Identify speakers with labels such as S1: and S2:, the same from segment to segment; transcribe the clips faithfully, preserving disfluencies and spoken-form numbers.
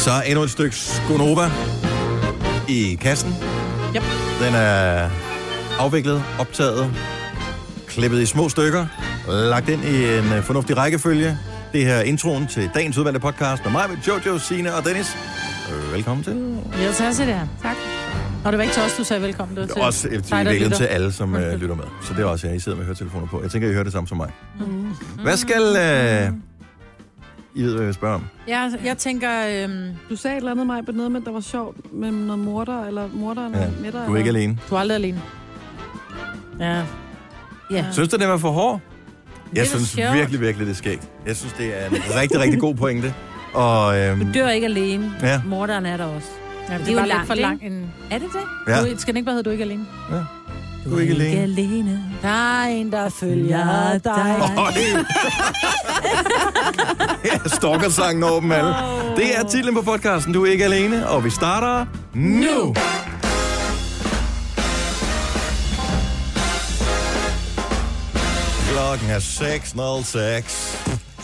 S1: Så endnu et stykke Gonova i kassen.
S2: Yep.
S1: Den er afviklet, optaget, klippet i små stykker, lagt ind i en fornuftig rækkefølge. Det her er introen til dagens udvalgte podcast med mig, med Jojo, Signe og Dennis. Velkommen til.
S2: Ja, tak til det her. Tak. Og det var ikke til os, du sagde velkommen. Det var til
S1: også til, til, til alle, som uh, lytter med. Så det er også jeg, I sidder med høretelefoner på. Jeg tænker, I hører det samme som mig. Mm. Hvad skal... Uh, I ved, hvad jeg vil spørge om?
S2: Ja, jeg tænker... Øhm,
S3: du sagde et eller andet, mig, på noget med, der var sjovt med noget morder, eller morderen
S1: ja.
S3: med dig.
S1: Du er ikke
S3: eller?
S1: alene.
S2: Du er aldrig alene. Ja.
S3: Ja.
S1: Synes du, det var for hård? Jeg
S2: det
S1: synes
S2: sjovt.
S1: virkelig, virkelig, det er skægt. Jeg synes, det er en rigtig, rigtig god pointe. Og, øhm,
S4: du dør ikke alene.
S1: Ja.
S4: Morderen er der også.
S2: Ja, det,
S4: det
S2: er
S4: er
S2: jo
S4: jo
S2: lidt for
S4: langt,
S2: lang en...
S4: Er det det?
S1: Ja.
S2: Du, skal den ikke bare hedde, du er ikke alene?
S1: Ja. Du er ikke alene.
S4: alene.
S2: Der er en, der følger dig.
S1: Ja, stalker-sangen over dem alle. Oh. Det er titlen på podcasten. Du er ikke alene, og vi starter nu. Klokken er seks nul seks.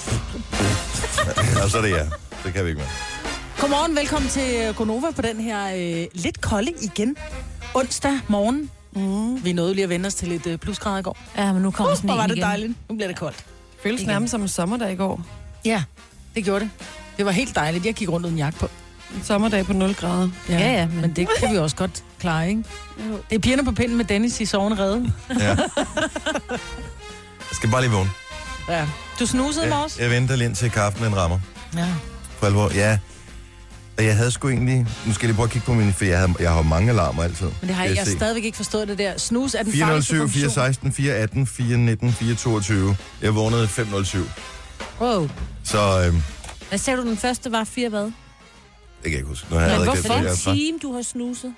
S1: Og så er det ja. Det kan vi ikke mere.
S2: Godmorgen, velkommen til Gonova på den her øh, lidt kolde igen. Onsdag morgen. Mm. Vi nåede lige at vende os til lidt øh, plusgrader i går.
S4: Ja, men nu kommer uh, sådan en
S2: var det
S4: igen.
S2: dejligt. Nu bliver det koldt.
S3: Føles nærmest som en sommerdag i går.
S2: Ja, det gjorde det. Det var helt dejligt. Jeg gik rundt uden jakke på.
S3: En sommerdag på nul grader.
S2: Ja, ja, ja, men det kan vi også godt klare, ikke? Det er pigerne på pinden med Dennis i Sovende Rede.
S1: Ja. Jeg skal bare lige vågne.
S2: Ja. Du snusede mig
S1: Jeg,
S2: også?
S1: jeg venter lige ind til kaffen den rammer.
S2: Ja.
S1: For alvor, ja. Og jeg havde sgu egentlig... Nu skal jeg lige prøve at kigge på mine... For jeg, havde, jeg har mange alarmer altid.
S2: Men det har jeg, jeg stadigvæk ikke forstået det der. Snus er den
S1: fire nul
S2: farligste
S1: syv,
S2: funktion.
S1: fire seksten, fire atten, fire nitten, fire toogtyve. Jeg vågnede fem nul syv.
S2: Wow.
S1: Så... Øhm,
S4: Hvad sagde du, den første var fire hvad?
S1: det kan jeg ikke huske. Nu har jeg
S4: Men
S1: allerede
S4: hvorfor
S1: glemt
S4: en
S1: det, jeg er
S4: time, du har snuset?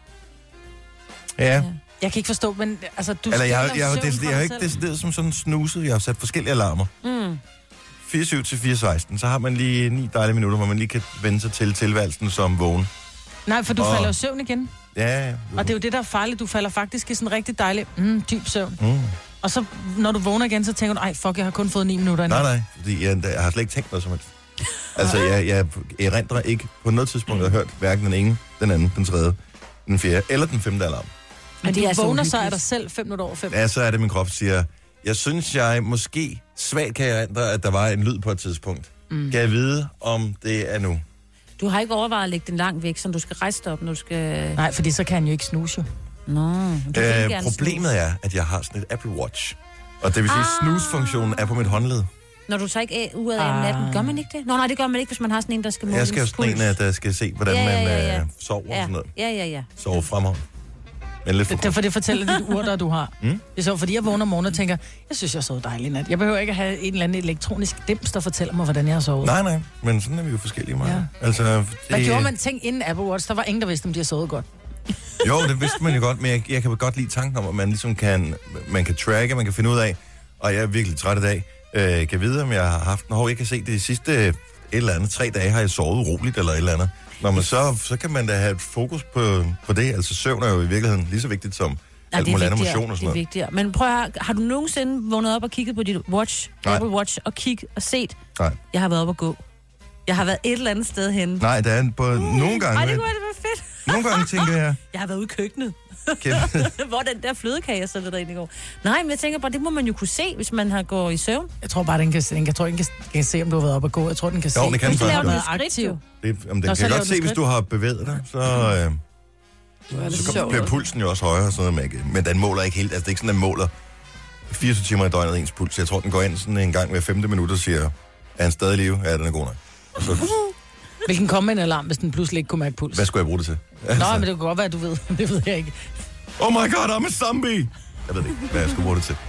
S1: Ja. ja.
S2: Jeg kan ikke forstå, men altså, du
S1: Eller jeg,
S2: stjæler
S1: jeg, jeg,
S2: søvn
S1: jeg,
S2: fra
S1: jeg har
S2: dig
S1: ikke
S2: selv.
S1: decideret som sådan snuset. Jeg har sat forskellige alarmer.
S4: Mm.
S1: fire syv til fire seksten. Så har man lige ni dejlige minutter, hvor man lige kan vende sig til tilværelsen som vågen.
S2: Nej, for du
S1: Og-
S2: falder jo søvn igen.
S1: Ja, ja.
S2: Og det er jo det, der er farligt. Du falder faktisk i sådan en rigtig dejlig, mm, dyb søvn.
S1: Mm.
S2: Og så, når du vågner igen, så tænker du, ej, fuck, jeg har kun fået ni minutter endnu.
S1: Nej, nej, fordi jeg, jeg har slet ikke tænkt noget som helst. Altså, jeg, jeg erindrer ikke på noget tidspunkt, at jeg har hørt hverken den ene, den anden, den tredje, den fjerde eller den femte alarm.
S2: Men
S4: det
S2: du
S4: er så
S2: vågner så
S4: uhyggeligt.
S2: af dig selv fem minutter over fem.
S1: Ja, så er det, min krop siger, jeg synes, jeg måske svagt kan erindre, at der var en lyd på et tidspunkt. Mm. Kan jeg vide, om det er nu?
S4: Du har ikke overvejet at lægge den langt væk, så du skal rejse dig op, når du skal...
S2: Nej, fordi så kan han jo ikke snuse jo.
S4: Nå, du vil
S1: Øh,
S4: gerne
S1: problemet er, at jeg har sådan et Apple Watch. Og det vil sige, at
S4: Ah.
S1: snusfunktionen er på mit håndled.
S4: snuse. Når du så ikke er ude af om natten, gør man ikke det? Nå, nej, det gør man ikke, hvis man har sådan en, der skal måle
S1: Jeg skal jo
S4: ens
S1: sådan en,
S4: puls.
S1: der skal se, hvordan
S4: Ja, ja,
S1: man
S4: ja, ja.
S1: øh, sover og
S4: Ja,
S1: sådan noget.
S4: ja, ja, ja.
S1: Sover fremover. Men lidt for
S2: Det, derfor det fortæller dit ur, der du har.
S1: Mm.
S2: Det er så, fordi jeg vågner om morgenen og tænker, jeg synes, jeg sov dejligt i nat. Jeg behøver ikke at have en eller anden elektronisk dims, der fortæller mig, hvordan jeg har sovet.
S1: Nej, nej, men sådan er vi jo forskellige meget.
S2: Ja.
S1: Altså, det,
S2: Hvad gjorde man ting inden Apple Watch? Der var ingen, der vidste, om de har sovet godt.
S1: Jo, det vidste man jo godt, men jeg, jeg kan godt lide tanken om, at man ligesom kan, man kan tracke, man kan finde ud af, og jeg er virkelig træt i dag, øh, kan vide, om jeg har haft en hår. Jeg kan se, de sidste et eller andet tre dage har jeg sovet roligt eller et eller andet. Når man så, så kan man da have et fokus på, på det. Altså søvn er jo i virkeligheden lige så vigtigt som
S4: Nej,
S1: alt
S4: det er
S1: muligt andet
S4: vigtigere.
S1: motion og sådan
S4: Det er
S1: noget.
S4: vigtigere. Men prøv at høre, har du nogensinde vågnet op og kigget på dit watch,
S1: Nej.
S4: Apple Watch, og kigget og set,
S1: Nej.
S4: jeg har været op og gå. Jeg har været et eller andet sted henne.
S1: Nej, der er en, på nogle gange,
S4: Ej, det kunne det være fedt.
S1: nogle gange tænker jeg,
S4: Jeg har været ude i køkkenet,
S1: kæmpe,
S4: hvor den der flødekage, jeg sad derinde i går. Nej, men jeg tænker bare, det må man jo kunne se, hvis man har gået i søvn.
S2: Jeg tror bare, den kan, den kan, jeg tror, den kan, kan se, om du har været op og gå. Jeg tror, den kan
S1: Jo,
S2: se.
S1: det kan
S2: hvis
S1: den
S2: du
S1: faktisk
S2: har
S1: godt.
S2: været
S4: Skridt,
S2: aktiv.
S4: jo.
S1: det, om den
S2: Nå, så
S1: kan
S2: laver
S1: godt
S2: du
S1: se, hvis
S2: skridt.
S1: du har bevæget dig, så, øh,
S3: Du er det
S1: så
S3: sjovt.
S1: bliver pulsen jo også højere og sådan noget. Men, men den måler ikke helt, altså det er ikke sådan, den måler fireogtyve timer i døgnet ens puls. Jeg tror, den går ind sådan en gang hver femte minut og siger, er han stadig i live? Ja, den er god nok. Og så,
S2: Hvilken komme en alarm, hvis den pludselig ikke kunne mærke puls?
S1: hvad skulle jeg bruge det til?
S2: Nå, men det kan godt være, du ved. Det ved jeg ikke.
S1: Oh my god, I'm a zombie! Jeg ved ikke, hvad jeg skulle bruge det til.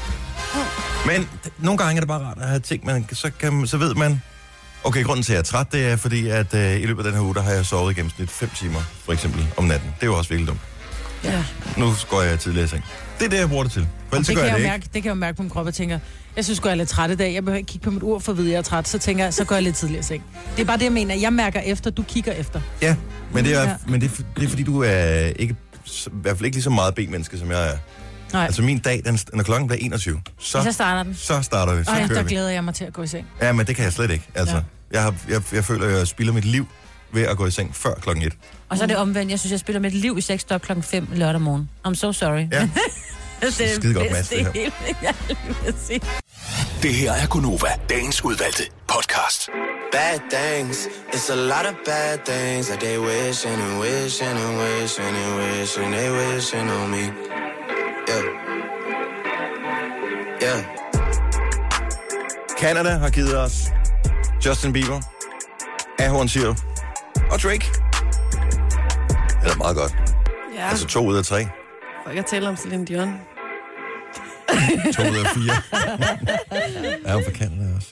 S1: Men d- nogle gange er det bare rart at have ting, man, så, kan, så ved man... Okay, grunden til, at jeg er træt, det er fordi, at øh, i løbet af den her uge, der har jeg sovet i gennemsnit fem timer, for eksempel, om natten. Det er jo også virkelig dumt.
S2: Ja.
S1: Nu går jeg tidligere i seng. Det er det, jeg bruger det til. For ellers så
S2: Det
S1: gør
S2: kan,
S1: jeg
S2: jeg
S1: det
S2: jo
S1: ikke.
S2: mærke, det kan jeg jo mærke på min krop, og tænker, jeg synes, jeg er lidt træt i dag. Jeg behøver ikke kigge på mit ur for at vide, at jeg er træt. Så tænker jeg, så går jeg lidt tidligere i seng. Det er bare det, jeg mener. Jeg mærker efter, du kigger efter.
S1: Ja, men det er,
S2: Ja.
S1: men det er, det er fordi, du er ikke, i hvert fald ikke lige så meget B-menneske, som jeg er.
S2: Nej,
S1: Altså min dag, den, når klokken bliver enogtyve, så,
S4: Så starter den.
S1: så starter vi, så
S2: Ej,
S1: kører
S2: der
S1: vi.
S2: glæder jeg mig til at gå i seng.
S1: Ja, men det kan jeg slet ikke. Altså,
S2: Ja.
S1: jeg, har, jeg, jeg føler, at jeg spilder mit liv ved at gå i seng før klokken et.
S4: Og så er det omvendt. Jeg synes, jeg spiller mit liv i seks stop klokken fem lørdag morgen. I'm so sorry.
S1: Ja.
S4: det er
S1: skide godt, Mads, det her.
S4: Hele, jeg vil sige.
S5: Det her er Gonova, dagens udvalgte podcast.
S6: Bad things, it's a lot of bad things that they wishing and wishing and wishing and wishing they wishing on me. Yeah. Yeah.
S1: Canada har givet os Justin Bieber, Ahorn Seal og Drake. Det er meget godt.
S3: Ja,
S1: Altså to ud af tre.
S3: for ikke at tale om Celine Dion.
S1: To ud af fire. Er jo fra Canada også.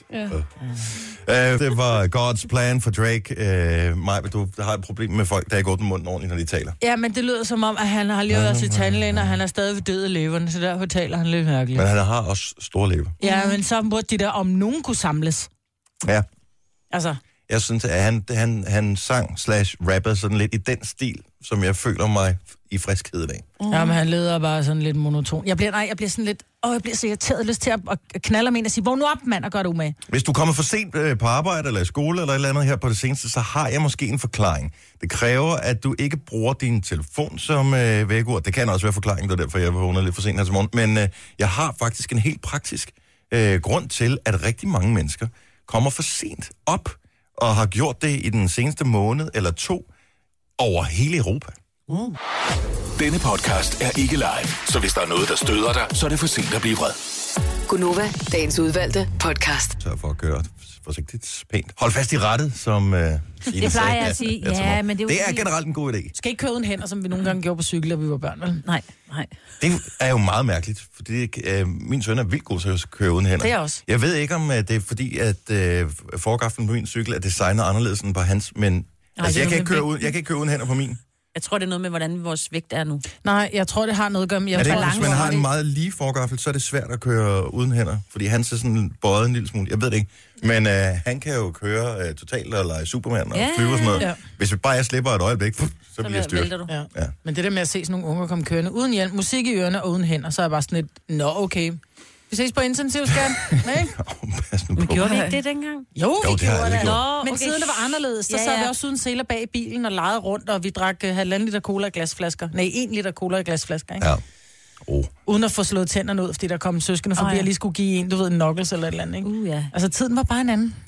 S1: Ja. Uh, det var God's Plan for Drake. Uh, Maja, du har et problem med folk, der ikke åbner munden ordentligt, når de taler.
S2: Ja, men det lyder som om, at han har lige været til tandlægen, og han er stadig død i leveren, så derfor taler han lidt mærkeligt.
S1: Men han har også store læber.
S2: Ja, men så burde de der om nogen kunne samles.
S1: Ja.
S2: Altså,
S1: Jeg synes, at han, han, han sang slash rappede sådan lidt i den stil, som jeg føler mig i friskheden af.
S2: mm. ja, men han leder bare sådan lidt monoton. Jeg bliver, nej, jeg bliver sådan lidt, åh, jeg bliver så irriteret, lyst til at, at knalde med en og sige, vågn nu op, mand, og gør det umage.
S1: Hvis du kommer for sent øh, på arbejde eller i skole eller et eller andet her på det seneste, så har jeg måske en forklaring. Det kræver, at du ikke bruger din telefon som øh, vækord. Det kan også være forklaringen, det er derfor, jeg vågner lidt for sent her til morgen. Men øh, jeg har faktisk en helt praktisk øh, grund til, at rigtig mange mennesker kommer for sent op og har gjort det i den seneste måned eller to over hele Europa.
S5: Mm. Denne podcast er ikke live, så hvis der er noget, der støder dig, så er det for sent at blive vred.
S7: Gonova, dagens udvalgte podcast.
S1: Så for at køre forsigtigt pænt. Hold fast i rettet, som uh, Signe
S4: Det plejer jeg at sige.
S1: Ja,
S4: Ja, men det er jo
S1: det er
S4: fordi-
S1: generelt en god idé.
S2: Skal ikke køre uden hænder, som vi nogle gange gjorde på cykel, da vi var børn, vel?
S4: Nej, nej.
S1: Det er jo meget mærkeligt, fordi uh, min søn er vildt god til at køre uden hænder.
S2: Det er også.
S1: Jeg ved ikke, om uh, det er fordi, at uh, forgaflen på min cykel er designet anderledes end på hans, men
S4: Nej,
S1: altså,
S4: det
S1: jeg,
S4: er
S1: kan ikke
S4: noget
S1: køre
S4: med
S1: uden, jeg kan ikke køre uden hænder på min.
S4: Jeg tror, det er noget med, hvordan vores vægt er nu.
S2: Nej, jeg tror, det har noget at gøre med... Jeg
S1: Er det
S2: tror,
S1: ikke, hvis man
S2: langt
S1: har en
S2: over
S1: meget lige forgaffel, så er det svært at køre uden hænder, fordi han ser sådan bøjet en lille smule. Jeg ved det ikke. Men øh, han kan jo køre øh, totalt og lege Superman og
S4: Ja,
S1: flyve og sådan noget.
S2: ja.
S1: Hvis vi bare jeg slipper et øjeblik, pff, så bliver jeg styrt.
S4: vælter du.
S2: Ja.
S1: Ja.
S2: Men det der med at se sådan nogle unger komme kørende uden hjelm, musik i ørerne og uden hænder, så er jeg bare sådan lidt, nå okay. Vi ses på intensiv, skat. Nej?
S1: Oh, pas nu
S4: Men
S1: på.
S4: gjorde vi ikke det dengang?
S2: Jo,
S1: Jo,
S2: vi
S1: det har
S2: gjorde
S1: alle
S2: det.
S1: gjort.
S4: Nå,
S2: Men
S4: okay.
S2: siden det var anderledes, så
S4: Ja,
S2: sad
S4: ja.
S2: vi også uden seler bag i bilen og legede rundt, og vi drak uh, halvanden liter cola i glasflasker. Nej, en liter cola i glasflasker, ikke?
S1: Ja. Oh.
S2: Uden at få slået tænderne ud, fordi der kom søskende forbi,
S4: Åh, ja.
S2: og lige skulle give en, du ved, en knuckles eller et eller andet, ikke?
S4: Uh, ja.
S2: Altså, tiden var bare en anden.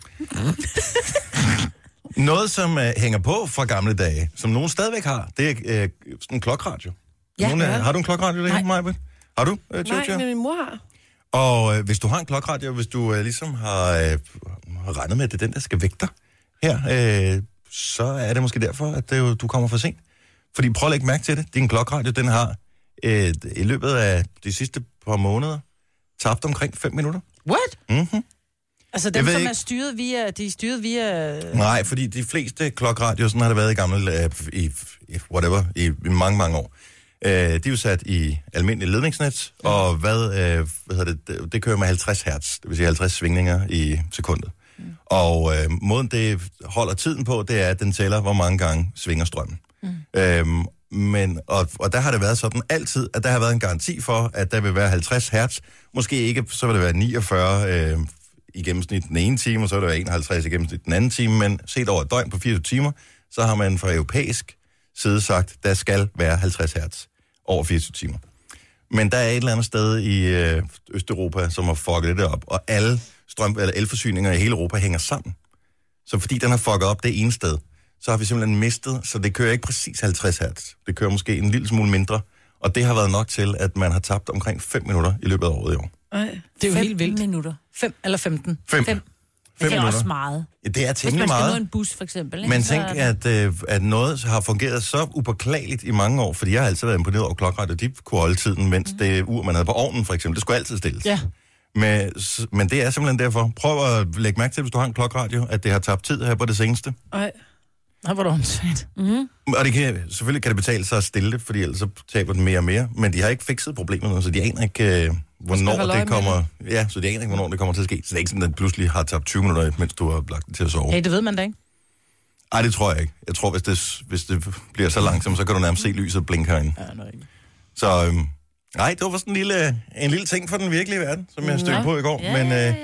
S1: Noget, som uh, hænger på fra gamle dage, som nogen stadigvæk har, det er uh, sådan en klokradio.
S2: Ja,
S1: nogen, uh,
S2: ja.
S1: har du en klokradio derhjemme, Maja? Har du, uh,
S3: Nej,
S1: Jojo?
S3: men min mor har.
S1: Og øh, hvis du har en klokradio, hvis du øh, ligesom har, øh, har regnet med, at det er den, der skal vække dig her, øh, så er det måske derfor, at det, jo, du kommer for sent. Fordi prøv at lægge mærke til det. Din klokradio, den har øh, i løbet af de sidste par måneder tabt omkring fem minutter.
S2: What?
S1: Mm-hmm.
S2: Altså,
S1: Jeg
S2: dem,
S1: ved
S2: som
S1: ikke-
S2: er styret via... De er styret via...
S1: Nej, fordi de fleste klokradios, sådan har det været i gamle, øh, i, i whatever, i, i mange, mange år. Øh, de er jo sat i almindelig ledningsnet, ja. og hvad, øh, hvad hedder det, det, det kører med halvtreds hertz, det vil sige halvtreds svingninger i sekundet. Mm. Og øh, måden det holder tiden på, det er, at den tæller, hvor mange gange svinger strømmen. Mm. Øhm, men, og, og der har det været sådan altid, at der har været en garanti for, at der vil være halvtreds hertz. Måske ikke, så vil det være niogfyrre øh, i gennemsnit den ene time, og så vil det være enoghalvtreds i gennemsnit den anden time, men set over et døgn på fireogtyve timer, så har man fra europæisk side sagt, der skal være halvtreds hertz over fireogtyve timer. Men der er et eller andet sted i øh, Østeuropa, som har fucket det op, og alle strøm- eller elforsyninger i hele Europa hænger sammen. Så fordi den har fucket op det ene sted, så har vi simpelthen mistet, så det kører ikke præcis halvtreds hertz. Det kører måske en lille smule mindre, og det har været nok til, at man har tabt omkring fem minutter i løbet af året i år.
S3: Ej.
S2: Det er jo
S4: Fem
S2: helt vildt.
S4: minutter.
S2: Fem eller femten.
S1: Fem.
S4: Fem.
S1: Fem
S4: Det er
S1: minutter.
S4: også meget.
S1: Ja, det er
S4: Hvis
S1: temmelig
S4: man skal nå
S1: meget.
S4: en bus, for eksempel. Ikke?
S1: Men
S4: Så
S1: tænk,
S4: er det-
S1: at, øh, at noget har fungeret så upåklageligt i mange år, fordi jeg har altid været imponeret over klokkerettet, de kunne holde tiden, mens mm. det ur, man havde på ovnen, for eksempel, det skulle altid stilles.
S2: Ja.
S1: Men, s- men det er simpelthen derfor. Prøv at lægge mærke til, hvis du har en klokkeradio, at det har tabt tid her på det seneste.
S3: Ej.
S2: Nå, hvor er det åndssvagt.
S1: Og det kan, selvfølgelig kan det betale sig at stille det, fordi ellers så taber den mere og mere. Men de har ikke fikset problemet nu, så de aner ikke, øh, hvornår
S3: holde øje
S1: det
S3: med
S1: kommer... Ja, så de aner ikke, hvornår det kommer til at ske. Så det er ikke sådan, at den pludselig har tabt tyve minutter, mens du har lagt den til at sove.
S2: Hey, det ved man da ikke.
S1: Nej, det tror jeg ikke. Jeg tror, hvis det, hvis det bliver så langsomt, så kan du nærmest se lyset blinke herinde.
S2: Ja, nå, ikke.
S1: Så øhm, nej, det var sådan en lille, en lille ting fra den virkelige verden, som jeg stødte
S4: Nå.
S1: på i går.
S4: Ja,
S1: Men,
S4: ja, ja,
S1: øh,
S4: ja.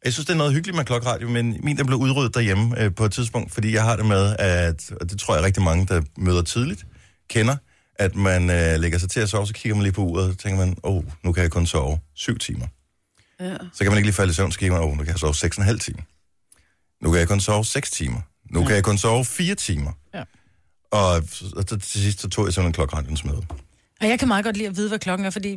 S1: Jeg synes, det er noget hyggeligt med klokradio, men min den blev udryddet derhjemme øh, på et tidspunkt, fordi jeg har det med, at, og det tror jeg rigtig mange, der møder tidligt, kender, at man øh, lægger sig til at sove, så kigger man lige på uret, og så tænker man, åh, oh, nu kan jeg kun sove syv timer.
S3: Ja.
S1: Så kan man ikke lige falde i søvn, så kigger man, åh, oh, nu kan jeg sove seks og en halv time. Nu kan jeg kun sove seks timer. Nu ja. kan jeg kun sove fire timer. Ja. Og, og til sidst så tog jeg sådan en klokkeradions med.
S2: Og jeg kan meget godt lide at vide, hvad klokken er, fordi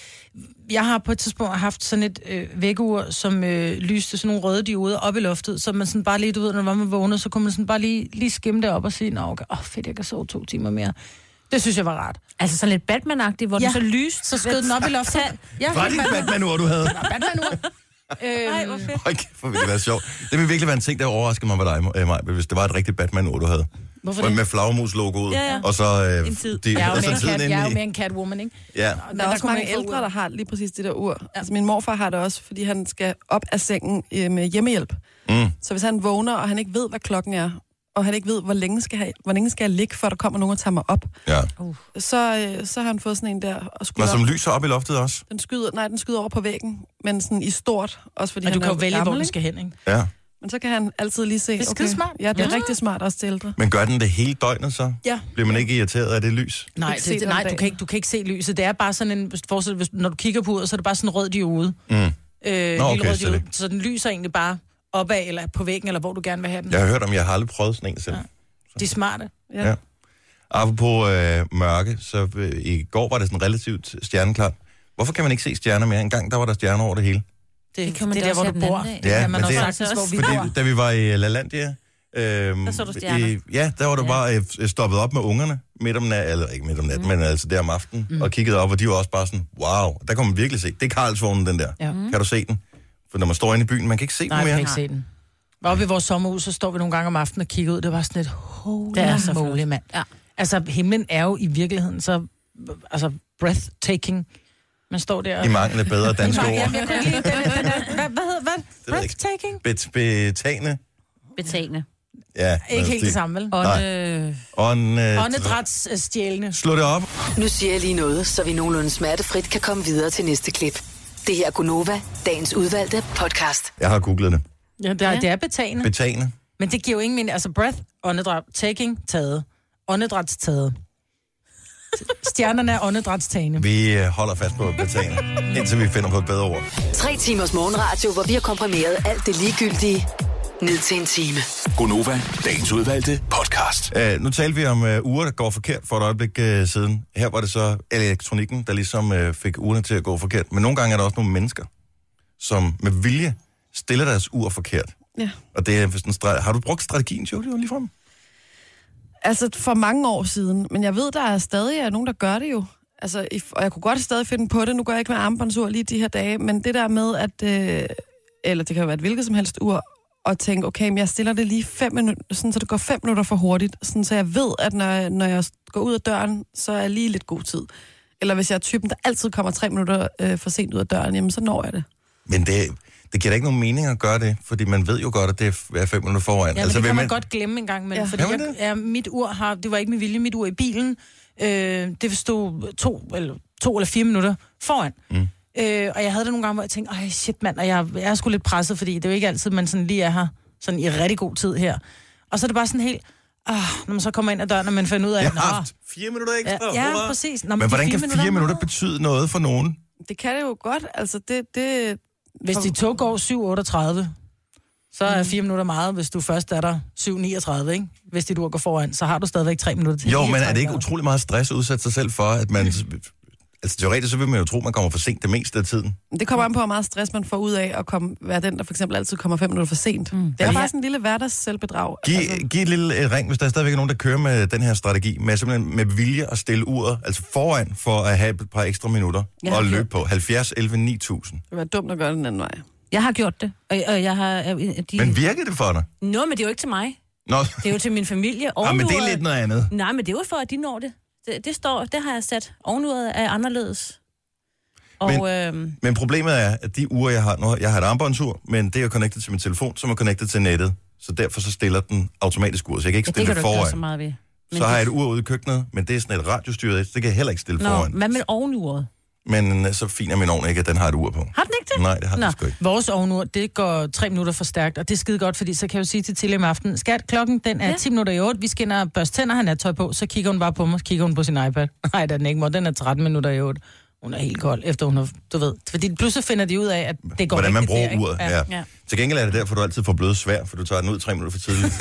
S2: jeg har på et tidspunkt haft sådan et øh, vækkeur, som øh, lyste sådan nogle røde dioder op i loftet, så man sådan bare lige, du ved, når man vågner, så kunne man sådan bare lige, lige skimme det op og sige, nå, okay, åh, fedt, jeg kan sove to timer mere. Det synes jeg var rart.
S4: Altså sådan lidt Batman-agtigt, hvor ja. den så lyst.
S2: Så skød den op i loftet.
S1: Ja, var det Batman-ur, du havde?
S2: Batman-ur.
S4: Ej, hvor fedt.
S1: Okay, for det være sjovt. Det vil virkelig være en ting, der overrasker mig med dig, Maj, hvis det var et rigtigt Batman-ur, du havde.
S2: Hvorfor det?
S1: Med flagmus-logoet,
S4: ja, ja.
S1: og så... Øh,
S4: en tid.
S1: De,
S2: jeg, er
S1: og så
S2: kat,
S1: tiden
S2: jeg er jo mere en Catwoman, ikke?
S1: Ja.
S3: Der, der er også mange ældre, der har lige præcis det der ur. Ja. Altså min morfar har det også, fordi han skal op af sengen øh, med hjemmehjælp. Mm. Så hvis han vågner, og han ikke ved, hvad klokken er, og han ikke ved, hvor længe skal jeg, hvor længe skal jeg ligge, før der kommer nogen og tager mig op,
S1: ja.
S3: uh. så, øh, så har han fået sådan en der... Og
S1: Nå, som lyser op i loftet også?
S3: Den skyder, nej, den skyder over på væggen, men sådan i stort. Også fordi
S2: men
S3: han
S2: du kan jo vælge,
S3: gammel,
S2: hvor den skal hen, ikke?
S1: Ja.
S3: Men så kan han altid lige se...
S2: Det er
S3: okay,
S2: smart.
S3: Ja, det er
S2: ja.
S3: rigtig smart også til ældre.
S1: Men gør den det hele døgnet så?
S2: Ja.
S1: Bliver man ikke irriteret af det lys?
S2: Nej, det, det, nej du, kan ikke, du kan ikke se lyset. Det er bare sådan en... Forestil, hvis, når du kigger på uret, så er det bare sådan en rød diode. Mm. Øh,
S1: Nå, okay,
S2: lille rød diode.
S1: så,
S2: så den lyser egentlig bare opad, eller på væggen, eller hvor du gerne vil have den.
S1: Jeg har hørt om, jeg har aldrig prøvet sådan en selv. Ja.
S2: De er smarte.
S3: Ja. ja.
S1: Apropos øh, mørke, så øh, i går var det sådan relativt stjerneklart. Hvorfor kan man ikke se stjerner mere? En gang der var der stjerner over det hele.
S2: Det, det, kan man det er der, hvor du bor.
S1: Ja, ja man
S2: men det
S1: er
S2: sagtens, hvor vi
S1: fordi,
S2: bor.
S1: da vi var i LaLandia, øhm,
S4: der så du stjerner.
S1: I, ja, der var du ja. bare øh, stoppet op med ungerne midt om natten, eller ikke midt om natten, mm. men altså der om aftenen, mm. og kiggede op, og de var også bare sådan, wow, der kan man virkelig se. Det er Karlsvognen, den der. Ja. Mm. Kan du se den? For når man står inde i byen, man kan ikke se
S2: Nej,
S1: den mere.
S2: Nej, man kan ikke se den. Oppe i vores sommerhus, så står vi nogle gange om aftenen og kigger ud. Det var sådan et holy
S4: det er så
S2: moly, mand. Ja. Altså, himlen er jo i virkeligheden så altså, breathtaking. Man står der...
S1: I mangel af bedre danske ord.
S2: Jamen, jeg kunne lide den, den, den, hvad, hvad hedder hvad? Breathtaking?
S1: Bet, betagende.
S4: Betagende.
S1: Ja.
S2: Ikke helt det samme, vel?
S4: Ånde...
S1: Ånde...
S2: Åndedrætsstjælende.
S1: Slå det op.
S7: Nu siger jeg lige noget, så vi nogenlunde smertefrit kan komme videre til næste klip. Det her er Gunova, dagens udvalgte podcast.
S1: Jeg har googlet det.
S2: Ja, det er, ja. det er betagende.
S1: Betagende.
S2: Men det giver jo ingen mening. Altså breath, åndedræt, taking, taget. Åndedrætstaget. Stjernerne er åndedrætstagende.
S1: Vi holder fast på betagende, indtil vi finder på et bedre ord.
S7: Tre timers morgenradio, hvor vi har komprimeret alt det ligegyldige ned til en time.
S5: Gunova, dagens udvalgte podcast.
S1: Uh, nu talte vi om uh, uger, der går forkert for et øjeblik uh, siden. Her var det så elektronikken, der ligesom uh, fik ugerne til at gå forkert. Men nogle gange er der også nogle mennesker, som med vilje stiller deres ur forkert.
S3: Ja.
S1: Og det er sådan en streg. Har du brugt strategien, Jojo, lige frem?
S3: Altså, for mange år siden. Men jeg ved, der er stadig er nogen, der gør det jo. Altså, og jeg kunne godt stadig finde på det. Nu går jeg ikke med armbåndsur lige de her dage. Men det der med, at... Øh, eller det kan jo være et hvilket som helst ur, og tænke, okay, men jeg stiller det lige fem minutter, sådan, så det går fem minutter for hurtigt. Sådan, så jeg ved, at når jeg, når jeg går ud af døren, så er jeg lige lidt god tid. Eller hvis jeg er typen, der altid kommer tre minutter øh, for sent ud af døren, jamen så når jeg det.
S1: Men det... Det giver da ikke nogen mening at gøre det, fordi man ved jo godt, at det er fem minutter foran.
S2: Ja, men
S1: altså,
S2: det kan man
S1: man
S2: godt glemme en gang. Men
S3: ja.
S2: fordi jeg, ja, mit ur har, det var ikke med vilje, mit ur i bilen, øh, det stod to eller, to eller fire minutter foran. Mm. Øh, og jeg havde det nogle gange, hvor jeg tænkte, ej shit mand, og jeg, jeg er sgu lidt presset, fordi det er jo ikke altid, man sådan lige er her sådan i rigtig god tid her. Og så er det bare sådan helt, ah, når man så kommer ind ad døren, og man finder ud af,
S1: jeg har haft fire minutter ekstra.
S2: Ja, ja præcis. Nå, men
S1: men hvordan
S2: fire
S1: kan fire minutter, minutter betyde noget for nogen?
S3: Det kan det jo godt, altså det... det
S2: Hvis dit tog går syv otteogtredive, så er fire minutter meget, hvis du først er der syv niogtredive, ikke? Hvis dit ur går foran, så har du stadigvæk tre minutter til.
S1: Jo, men er det ikke utrolig meget stress at udsætte sig selv for, at man... Altså teoretisk, så vil man jo tro, at man kommer for sent det meste af tiden.
S3: Det kommer an på, hvor meget stress man får ud af at komme, være den, der for eksempel altid kommer fem minutter for sent. Mm. Det er bare sådan en lille hverdags selvbedrag.
S1: Giv,
S3: altså.
S1: giv et lille et ring, hvis der er stadigvæk nogen, der kører med den her strategi, med simpelthen med vilje at stille uret, altså foran, for at have et par ekstra minutter, ja, og løbe på halvfjerds elleve ni tusind.
S3: Det var dumt at gøre den anden vej.
S4: Jeg har gjort det, og, og jeg har... De...
S1: Men virkede det for dig?
S4: Nå, men det er jo ikke til mig.
S1: Nå.
S4: Det er jo til min familie.
S1: Ja, men det er lidt noget andet.
S4: Nej, men det er jo for, at de når det. Det, det står, det har jeg sat. Ovenuret er anderledes. Og,
S1: men,
S4: øhm...
S1: men problemet er, at de uger, jeg har nu, jeg har et armbåndsur, men det er connected til min telefon, som er connected til nettet. Så derfor så stiller den automatisk ur, så jeg kan ikke stille
S4: ja,
S1: det, det foran.
S4: Så, meget ved.
S1: Så har jeg et ur ude i køkkenet, men det er sådan et radiostyret, så det kan jeg heller ikke stille
S4: Nå,
S1: foran.
S4: hvad med ovenuret?
S1: Men så fin er min ovn ikke, at den har et ur på.
S2: Har den ikke det?
S1: Nej, det har den sgu ikke.
S2: Vores ovnur, det går tre minutter for stærkt, og det er skide godt, fordi så kan jeg jo sige til Tilly om aftenen, skat, klokken den er ja. ti minutter i otte, vi skal ind og børste tænder, han er tøj på, så kigger hun bare på mig, så kigger hun på sin iPad. Nej, det er den ikke, mor, den er tretten minutter i otte. Hun er helt kold, efter hun har, du ved, fordi pludselig finder de ud af, at det går
S1: hvordan man bruger
S2: der,
S1: uret, ja. Ja. Ja. Til gengæld er det derfor, du altid får bløde svær, for du tager den ud tre minutter for tidligt.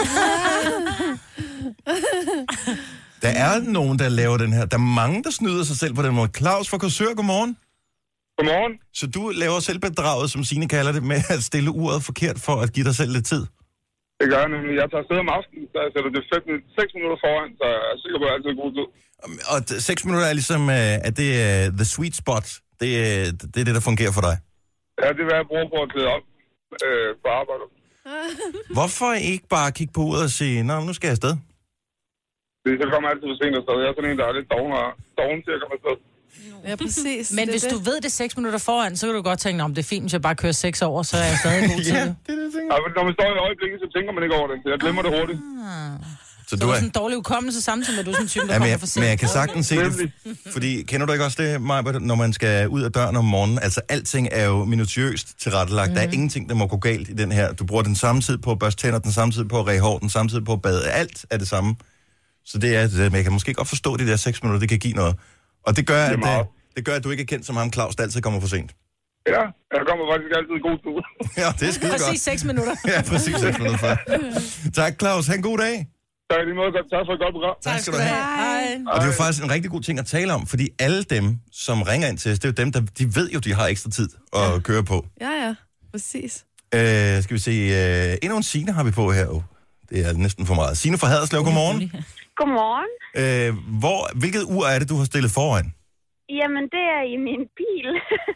S1: Der er nogen, der laver den her. Der er mange, der snyder sig selv på den måde. Claus fra Korsør, godmorgen.
S8: Godmorgen.
S1: Så du laver selv bedraget, som Signe kalder det, med at stille uret forkert for at give dig selv lidt tid?
S8: Det gør jeg nemlig. Jeg tager afsted om aftenen, så jeg sætter det seks minutter foran, så jeg er sikker på, at jeg altid er god tid.
S1: Og seks minutter er ligesom, uh, at det er uh, the sweet spot. Det er, det er det, der fungerer for dig?
S8: Ja, det er, hvad jeg bruger på at klæde op øh, på arbejdet.
S1: Hvorfor ikke bare kigge på uret og sige, nå, nu skal jeg afsted?
S8: Fordi så kommer jeg altid for sent afsted. Jeg er sådan en, der er lidt doven, og doven til at komme afsted.
S3: Ja, præcis.
S2: Men hvis det. du ved det er seks minutter foran, så kan du godt tænke, om det er fint, hvis jeg bare kører seks over, så er jeg stadig god til
S1: ja,
S2: det.
S1: det er det, jeg tænker.
S8: Ja, når man står i øjeblikket, så tænker man ikke over det. Så jeg glemmer det hurtigt.
S2: Ah.
S1: Så,
S2: så
S1: du
S2: er
S1: er
S2: sådan en dårlig ukommelse samtidig med, at du er sådan en type, der
S1: ja,
S2: kommer
S1: jeg,
S2: for sent.
S1: men jeg kan sagtens se det, fordi kender du ikke også det, Maja, når man skal ud af døren om morgenen? Altså, alting er jo minutiøst tilrettelagt. Mm. Der er ingenting, der må gå galt i den her. Du bruger den samme tid på at børste tænder, den samme tid på at ræge hår, den samme tid på at bade. Alt er det samme. Så det er det, men jeg kan måske godt forstå, at de der seks minutter, det kan give noget. Og det gør, det at, det, det gør, at du ikke er kendt som ham, Claus, der altid kommer for sent.
S8: Ja, jeg kommer faktisk altid god tur.
S1: Ja, det er skide godt.
S2: Præcis seks minutter.
S1: Ja, præcis seks minutter før. Tak, Claus. Ha' en god dag.
S8: Tak lige måde. Tak for et godt program.
S1: Tak skal du have.
S2: Hej.
S1: Og det er jo faktisk en rigtig god ting at tale om, fordi alle dem, som ringer ind til os, det er jo dem, der de ved jo, de har ekstra tid at ja. køre på.
S3: Ja, ja. Præcis.
S1: Øh, skal vi se, øh, endnu en Signe har vi på her. Oh, det er næsten for meget. Signe fra Haderslev, godmorgen.
S9: Godmorgen.
S1: Øh, hvor, hvilket ur er det, du har stillet foran?
S9: Jamen, det er i min bil.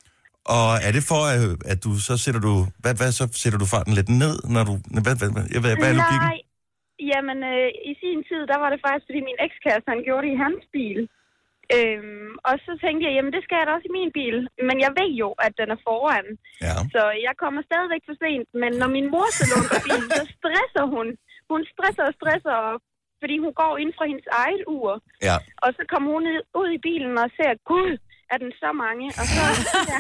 S1: Og er det for, at, at du så sætter du, hvad, hvad så sætter du farten lidt ned, når du, hvad, hvad, hvad, hvad, hvad er logikken?
S9: Nej, jamen øh, i sin tid, der var det faktisk, fordi min ekskæreste, han gjorde det i hans bil. Øhm, og så tænkte jeg, jamen det skal jeg da også i min bil. Men jeg ved jo, at den er foran.
S1: Ja.
S9: Så jeg kommer stadigvæk for sent. Men når min mor så lukker bilen, så stresser hun. Hun stresser og stresser, fordi hun går ind fra hendes eget ur.
S1: Ja.
S9: Og så kommer hun ud i bilen og ser, gud, er den så mange? Og så, ja.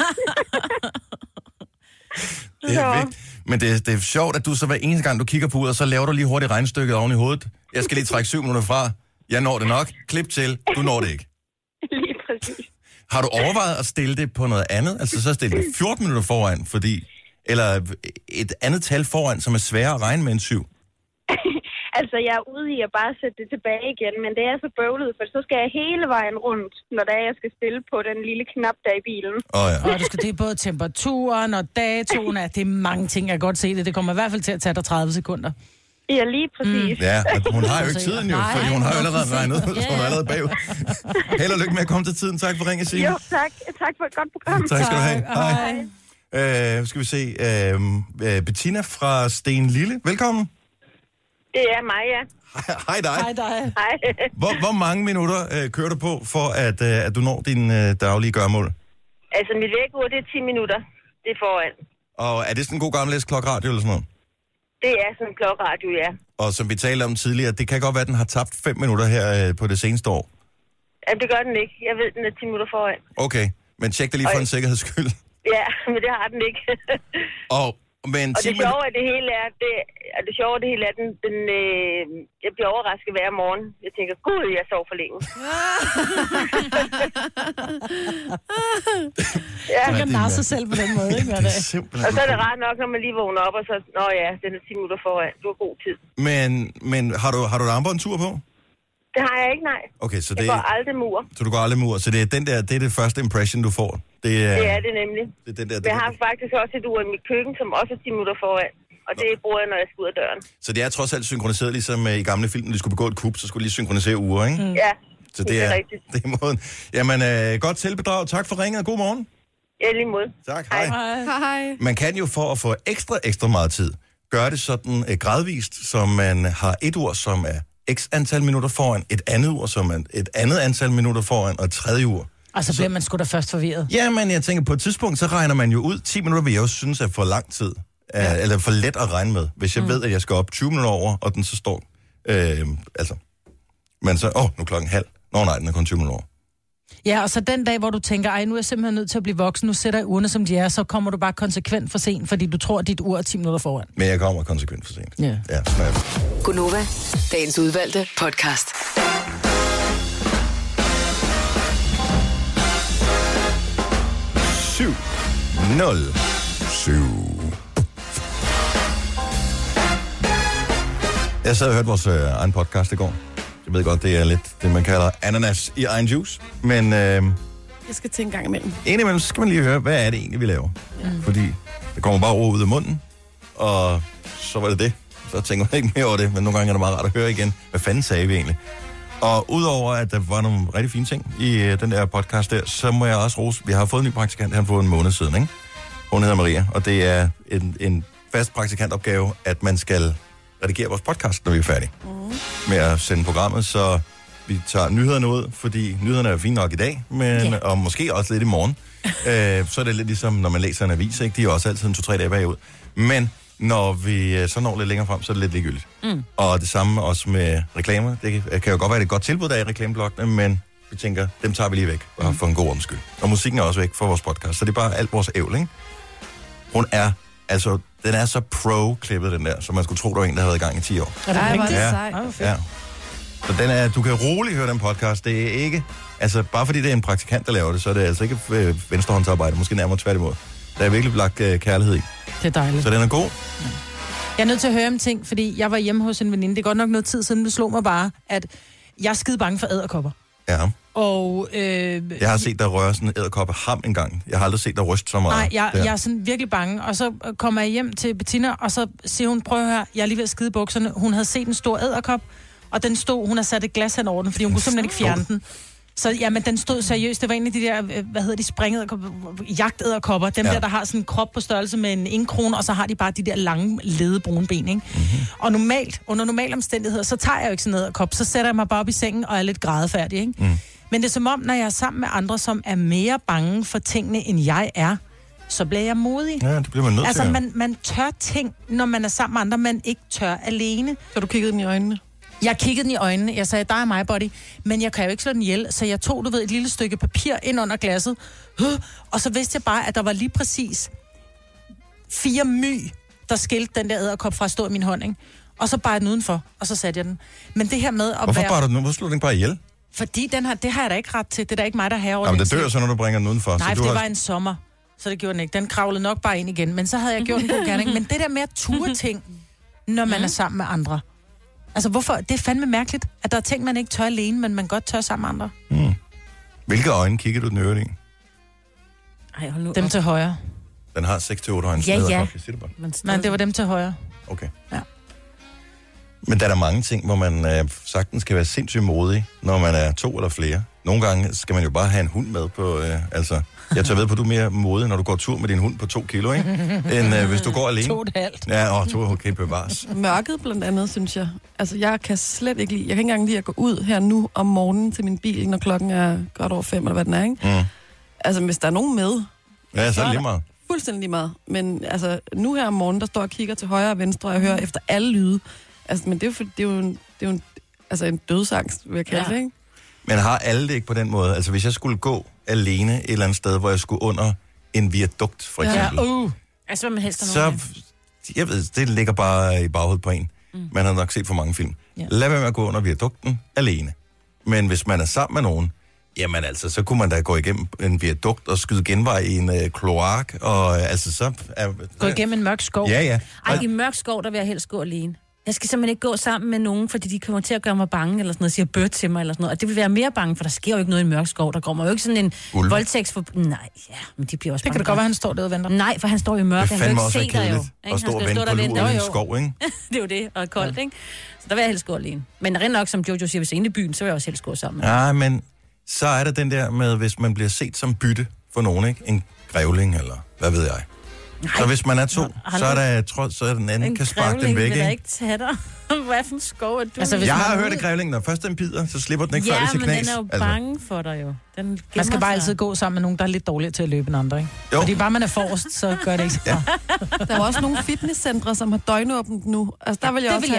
S1: Det er vigtigt. Men det, det er sjovt, at du så hver eneste gang, du kigger på uret, så laver du lige hurtigt regnstykket oven i hovedet. Jeg skal lige trække syv minutter fra. Jeg når det nok. Klip til. Du når det ikke.
S9: Lige præcis.
S1: Har du overvejet at stille det på noget andet? Altså så stille det fjorten minutter foran, fordi... Eller et andet tal foran, som er sværere at regne med end syv?
S9: Altså, jeg er ude i at bare sætte det tilbage igen, men det er så bøvlet, for så skal jeg hele vejen rundt, når det er, jeg skal stille på den lille knap der i bilen.
S1: Åh oh, ja.
S2: Og du skal det både temperaturen og datoen, at det er mange ting, jeg kan godt se det. Det kommer i hvert fald til at tage dig tredive sekunder.
S9: Ja, lige præcis.
S1: Mm. Ja, og hun har jo ikke tiden jo, for hun har jo allerede regnet, så hun er allerede bagud. Held og lykke med at komme til tiden. Tak for ringen, Signe.
S9: Jo, tak. Tak for et godt program.
S1: Tak skal du have. Hej. Uh, skal vi se. Uh, Bettina fra Stenlille. Velkommen.
S9: Det er mig, ja.
S1: Hej dig.
S2: Hej dig.
S9: Hej.
S1: Hvor, hvor mange minutter uh, kører du på, for at, uh, at du når din uh, daglige gørmål?
S9: Altså, mit vækkeur, det er ti minutter. Det er foran.
S1: Og er det sådan en god gammeldags klokradio eller sådan noget?
S9: Det er sådan en klokradio, ja.
S1: Og som vi talte om tidligere, det kan godt være, at den har tabt fem minutter her uh, på det seneste år.
S9: Ja, det gør den ikke. Jeg ved, den er ti minutter foran.
S1: Okay, men tjek det lige for en sikkerheds skyld.
S9: Ja, men det har den ikke.
S1: og, men
S9: og det sjove af det hele er, det, og det sjove af det hele er, den, den øh, jeg bliver overrasket hver morgen. Jeg tænker, gud, jeg sov for længe.
S2: Ja, man kan narre sig selv på den måde, ikke?
S1: Det er simpelthen...
S9: Og så er det rart nok, når man lige vågner op, og så, nå ja, den er ti minutter foran. Du har god tid.
S1: Men, men har du, har du et armbåndsur på?
S9: Det har jeg ikke, nej.
S1: Okay, så
S9: jeg
S1: det
S9: går aldrig mur.
S1: Så du går aldrig mur. Så det er den der, det er det første impression, du får. Det er
S9: det, er det nemlig.
S1: Det er den der, det
S9: jeg har
S1: det.
S9: faktisk også et ur i mit køkken, som også er ti minutter foran. Og det bruger jeg, når jeg skal ud af døren.
S1: Så det er trods alt synkroniseret, ligesom i gamle film, når de skulle begå et kup, så skulle de lige synkronisere uger, ikke?
S9: Mm. Ja,
S1: så det, det er, er rigtigt. Det er måden. Jamen, øh, godt selvbedrag. Tak for ringet. God morgen.
S9: Ja, lige måde.
S1: Tak. Hej.
S3: Hej. Hej.
S1: Man kan jo for at få ekstra, ekstra meget tid, gøre det sådan øh, gradvist, som man har et ur, som er x antal minutter foran, et andet ur, som er et andet antal minutter foran, og et tredje ur.
S2: Og så bliver man sgu da først forvirret.
S1: Ja, men jeg tænker, på et tidspunkt, så regner man jo ud. ti minutter vil jeg også synes er for lang tid. Ja. Eller for let at regne med. Hvis jeg mm. ved, at jeg skal op tyve minutter over, og den så står... Øh, altså... Men så... Åh, oh, nu er klokken halv. Nå nej, den er kun tyve minutter over.
S2: Ja, og så den dag, hvor du tænker, ej, nu er jeg simpelthen nødt til at blive voksen, nu sætter jeg urene, som de er, så kommer du bare konsekvent for sent, fordi du tror, at dit ur er ti minutter foran.
S1: Men jeg kommer konsekvent for sent.
S2: Ja.
S1: Ja, sådan er det.
S7: Gunova, dagens udvalgte podcast.
S1: syv nul syv. Jeg sad og hørte vores øh, egen podcast i går. Jeg ved godt, det er lidt det, man kalder ananas i egen juice. Men øh,
S3: Jeg skal tænke en gang imellem.
S1: indimellem så skal man lige høre, hvad er det egentlig, vi laver? Ja. Fordi det kommer bare ord ud af munden, og så var det det. Så tænker man ikke mere over det, men nogle gange er det meget rart at høre igen. Hvad fanden sagde vi egentlig? Og udover at der var nogle rigtig fine ting i øh, den der podcast der, så må jeg også rose. Vi har fået en ny praktikant her for en måned siden, ikke? Hun hedder Maria, og det er en, en fast praktikantopgave, at man skal redigere vores podcast, når vi er færdige mm. med at sende programmet. Så vi tager nyhederne ud, fordi nyhederne er fine nok i dag, men yeah. og måske også lidt i morgen. øh, så er det lidt ligesom, når man læser en avis, ikke? De er også altid en to-tre dage bagud. Men når vi så når lidt længere frem, så er det lidt ligegyldigt. Mm. Og det samme også med reklamer. Det kan jo godt være, det er et godt tilbud, der er i reklameblokkene, men vi tænker, dem tager vi lige væk og for en god omskyld. Og musikken er også væk fra vores podcast, så det er bare alt vores ævl, ikke? Hun er, altså, den er så pro-klippet, den der, så man skulle tro, der var en, der havde været i gang i ti år.
S2: Er det rigtigt?
S3: Ja.
S1: Ja. Så den er, du kan roligt høre den podcast. Det er ikke, altså bare fordi det er en praktikant, der laver det, så er det altså ikke øh, venstrehåndsarbejde, måske nærmere tværtimod. Der er virkelig lagt øh, kærlighed i.
S2: Det er dejligt.
S1: Så den er god.
S2: Jeg er nødt til at høre om ting, fordi jeg var hjemme hos en veninde. Det er godt nok noget tid siden, det slog mig bare, at jeg er skide bange for edderkopper.
S1: Ja.
S2: Og, øh,
S1: Jeg har set, der rører sådan en edderkoppe ham engang. Jeg har aldrig set, der ryste så meget.
S2: Nej, jeg, jeg er sådan virkelig bange. Og så kommer jeg hjem til Bettina, og så siger hun, prøv at høre, jeg er lige ved at skide bukserne. Hun havde set en stor edderkop, og den stod, hun har sat et glas hen over den, fordi hun kunne simpelthen ikke fjerne den. Så jamen, den stod seriøst. Det var en af de der, hvad hedder de, springedderkopper, jagtedderkopper. Dem ja. der, der har sådan en krop på størrelse med en indkrone, og så har de bare de der lange, lede brune ben, ikke? Mm-hmm. Og normalt, under normale omstændigheder, så tager jeg jo ikke sådan en edderkop. Så sætter jeg mig bare op i sengen og er lidt grædefærdig, ikke? Mm. Men det er som om, når jeg er sammen med andre, som er mere bange for tingene, end jeg er, så bliver jeg modig.
S1: Ja, det bliver man nødt
S2: altså,
S1: til.
S2: Altså, man, man tør ting, når man er sammen med andre, man ikke tør alene.
S3: Så du kiggede den i øjnene?
S2: Jeg kiggede den i øjnene. Jeg sagde, der er mig, buddy. Men jeg kan jo ikke slå den ihjel. Så jeg tog, du ved, et lille stykke papir ind under glasset. Og så vidste jeg bare, at der var lige præcis fire my, der skilte den der edderkop fra at stå i min hånd, ikke? Og så bare den udenfor, og så satte jeg den. Men det her med at
S1: Hvorfor
S2: være...
S1: bare du nu? Hvorfor slår du den bare ihjel?
S2: Fordi den her, det har jeg da ikke ret til. Det er da ikke mig, der har over.
S1: Jamen, det dør så, når du bringer den udenfor.
S2: Nej,
S1: så
S2: for
S1: du
S2: det
S1: har...
S2: var en sommer. Så det gjorde den ikke. Den kravlede nok bare ind igen. Men så havde jeg gjort en god gerning. Men det der med at ture ting, når man er sammen med andre. Altså, hvorfor? Det er fandme mærkeligt, at der er ting, man ikke tør alene, men man godt tør sammen med andre.
S1: Mm. Hvilke øjne kigger du den øvrigt i?
S4: Ej, hold nu
S2: Dem
S4: op.
S2: til højre.
S1: Den har seks til otte øjne.
S4: Ja, ja.
S2: Men, men det var dem til højre.
S1: Okay.
S2: Ja.
S1: Men der er der mange ting, hvor man øh, sagtens kan være sindssygt modig, når man er to eller flere. Nogle gange skal man jo bare have en hund med på, øh, altså... Jeg tager ved på, at du er mere modig, når du går tur med din hund på to kilo, ikke? End øh, hvis du går alene.
S2: To og et halvt.
S1: Ja, og to, okay, bevares.
S3: Mørket blandt andet, synes jeg. Altså, jeg kan slet ikke lide... Jeg kan ikke engang lide at gå ud her nu om morgenen til min bil, når klokken er godt over fem, eller hvad den er, ikke?
S1: Mm.
S3: Altså, hvis der er nogen med...
S1: Ja, så er det lige meget.
S3: Fuldstændig lige meget. Men altså, nu her om morgenen, der står jeg og kigger til højre og venstre, og jeg hører efter alle lyde. Altså, men det er jo, for, det er jo, en, det er jo en, altså en dødsangst, vil jeg kalde ja. det, ikke?
S1: Men har alle det ikke på den måde? Altså, hvis jeg skulle gå alene et eller andet sted, hvor jeg skulle under en viadukt, for eksempel.
S2: Ja, uh.
S4: Altså, hvad man helst
S1: Så, jeg ved, det ligger bare i baghovedet på en. Mm. Man har nok set for mange film. Ja. Lad være med at gå under viadukten alene. Men hvis man er sammen med nogen, jamen altså, så kunne man da gå igennem en viadukt og skyde genvej i en øh, kloak, og øh, altså så... Er,
S2: gå igennem en mørk skov.
S1: Ja, ja.
S4: Ej, i mørk skov, der vil jeg helst gå alene. Jeg skal simpelthen ikke gå sammen med nogen, fordi de kommer til at gøre mig bange, eller sådan noget, siger bødt til mig, eller sådan noget. Og det vil være mere bange, for der sker jo ikke noget i en mørk skov. Der kommer jo ikke sådan en
S1: Ulve.
S4: voldtægt for... Nej, ja, men de bliver også
S2: det kan det godt være, han står der og venter.
S4: Nej, for han står i mørk.
S1: Det
S4: Han kan jo
S1: også
S4: ikke se dig jo.
S1: at stå og vente på luren i en skov, ikke?
S4: Det er jo det, og koldt, ja. Ikke? Så der vil jeg helst gå alene. Men rent nok, som Jojo siger, hvis jeg er inde i byen, så vil jeg også helst gå sammen.
S1: Ja, men så er der den der med, hvis man bliver set som bytte for nogen, ikke? En grævling, eller hvad ved jeg. Nej. Så hvis man er to, så er der trods, så den anden kan sparke den væk, ikke?
S4: En grævling vil da ikke tage dig. Hvad for en skov er du?
S2: Altså,
S1: jeg har hørt, at grævlingen, når først den bider, så slipper den ikke
S4: ja,
S1: før det til knæs.
S4: Ja, men den er jo bange altså. For dig jo. Den
S2: man skal bare altid gå sammen med nogen, der er lidt dårligere til at løbe end andre, ikke?
S1: Jo.
S2: Fordi bare man er forrest, så gør det ikke så
S1: ja.
S3: Der er jo også nogle fitnesscentre, som har døgnåbent nu. Altså, der vil jeg
S2: det
S3: også
S2: vil jeg
S3: have...
S2: ikke.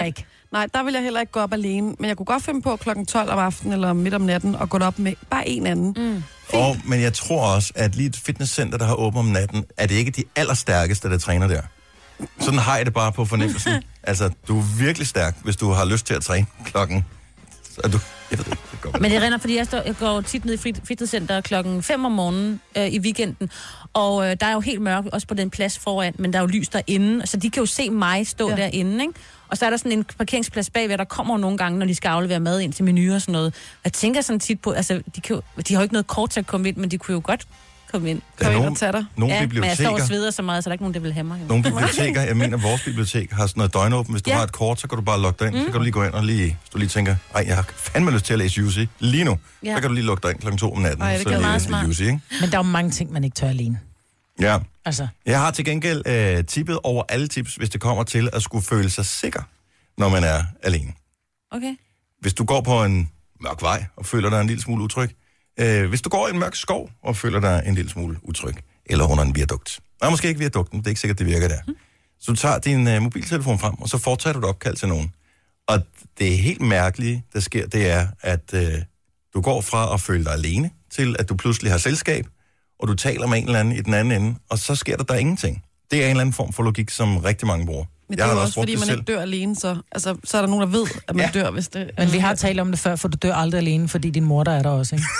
S3: Nej, der vil jeg heller ikke gå op alene. Men jeg kunne godt finde på klokken tolv om aftenen eller midt om natten og gå op med bare en anden.
S4: Mm.
S1: Og, men jeg tror også, at lige et fitnesscenter, der har åbent om natten, er det ikke de allerstærkeste, der træner der. Sådan har jeg det bare på fornemmelsen. Altså, du er virkelig stærk, hvis du har lyst til at træne klokken. Så du, jeg ved det ikke. Det går
S4: Men det render, fordi jeg, står, jeg går tit ned i fit- fitnesscenter klokken fem om morgenen øh, i weekenden. Og øh, der er jo helt mørkt, også på den plads foran, men der er jo lys derinde. Så de kan jo se mig stå ja. derinde, ikke? Og så er der sådan en parkeringsplads bagved, der kommer nogle gange, når de skal aflevere mad ind til menuer og sådan noget. Jeg tænker sådan tit på, altså, de, kan jo, de har jo ikke noget kort til at komme ind, men de kunne jo godt komme ind.
S1: Der er
S3: Kom ind
S1: nogen,
S3: og tage dig.
S1: nogle
S4: Ja, men jeg
S1: biblioteker,
S4: står og sveder så meget, så der er ikke nogen, der vil have mig. Jo.
S1: nogle biblioteker, jeg mener, vores bibliotek har sådan noget døgnåben. Hvis du
S4: Ja.
S1: har et kort, så kan du bare logge dig ind. Mm. Så kan du lige gå ind og lige, hvis du lige tænker, ej, jeg har fandme lyst til at læse Jussi lige nu.
S4: Ja.
S1: Så kan du lige logge dig ind klokken to om natten.
S3: Ej, det
S1: så
S3: kan
S1: lige
S4: meget
S1: læse
S4: smart.
S1: Jussi, ikke?
S2: Men der er jo mange ting, man ikke tør alene.
S1: Ja.
S2: Altså,
S1: Jeg har til gengæld øh, tippet over alle tips, hvis det kommer til at skulle føle sig sikker, når man er alene.
S4: Okay.
S1: Hvis du går på en mørk vej og føler dig en lille smule utryg. Øh, hvis du går i en mørk skov og føler dig en lille smule utryg. Eller under en viadukt. Nej, måske ikke viadukten, det er ikke sikkert, det virker der. Hmm. Så du tager din øh, mobiltelefon frem, og så fortsætter du et opkald til nogen. Og det er helt mærkeligt, der sker, det er, at øh, du går fra at føle dig alene, til at du pludselig har selskab, og du taler med en eller anden i den anden ende, og så sker der der ingenting. Det er en eller anden form for logik, som rigtig mange bruger.
S3: Men det
S1: Jeg
S3: er
S1: har
S3: jo
S1: da
S3: også, fordi
S1: brugt det
S3: man
S1: selv.
S3: ikke dør alene, så, altså, så er der nogen, der ved, at man
S1: Ja.
S3: dør, hvis det...
S2: men vi har talt om det før, for du dør aldrig alene, fordi din mor der er der også, ikke?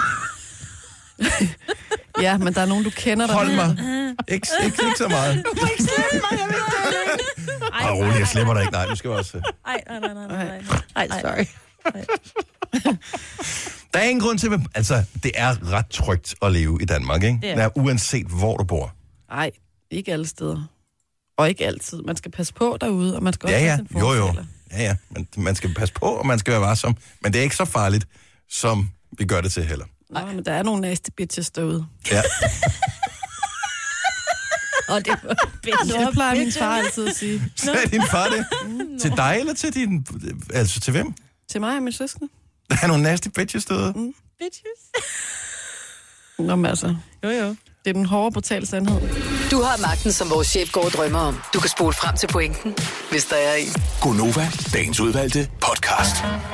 S3: Ja, men der er nogen, du kender, der
S1: Hold
S3: ved
S1: mig.
S3: det.
S1: Ikke, ikke, ikke så meget.
S2: Du må ikke slippe mig, jeg vil dø alene.
S1: Ej, rolig, jeg slipper dig ikke. Nej, du skal også...
S4: Ej, nej, nej, nej, nej. nej.
S2: Ej, sorry.
S1: Der er ingen grund til... Altså, det er ret trygt at leve i Danmark, ikke?
S4: Det er.
S1: Det er uanset, hvor du bor.
S3: Nej, ikke alle steder. Og ikke altid. Man skal passe på derude, og man skal
S1: Ja,
S3: også
S1: ja.
S3: have sin
S1: Jo, jo.
S3: fortaler.
S1: Ja, ja. Men man skal passe på, og man skal være varsom. Men det er ikke så farligt, som vi gør det til heller.
S3: Nå, men der er nogle nasty bitches derude.
S1: Ja.
S4: Og det var
S3: Det plejer min far altid at sige.
S1: Så er din far det? Til dig eller til din... Altså, til hvem?
S3: Til mig og min søskende.
S1: Der er nogle nasty bitches derude. Mm.
S4: bitches.
S3: Nå, men altså,
S4: Jo, jo.
S3: det er den hårde, brutale sandhed.
S7: Du har magten, som vores chef går og drømmer om. Du kan spole frem til pointen, hvis der er en.
S5: Gonova, dagens udvalgte podcast.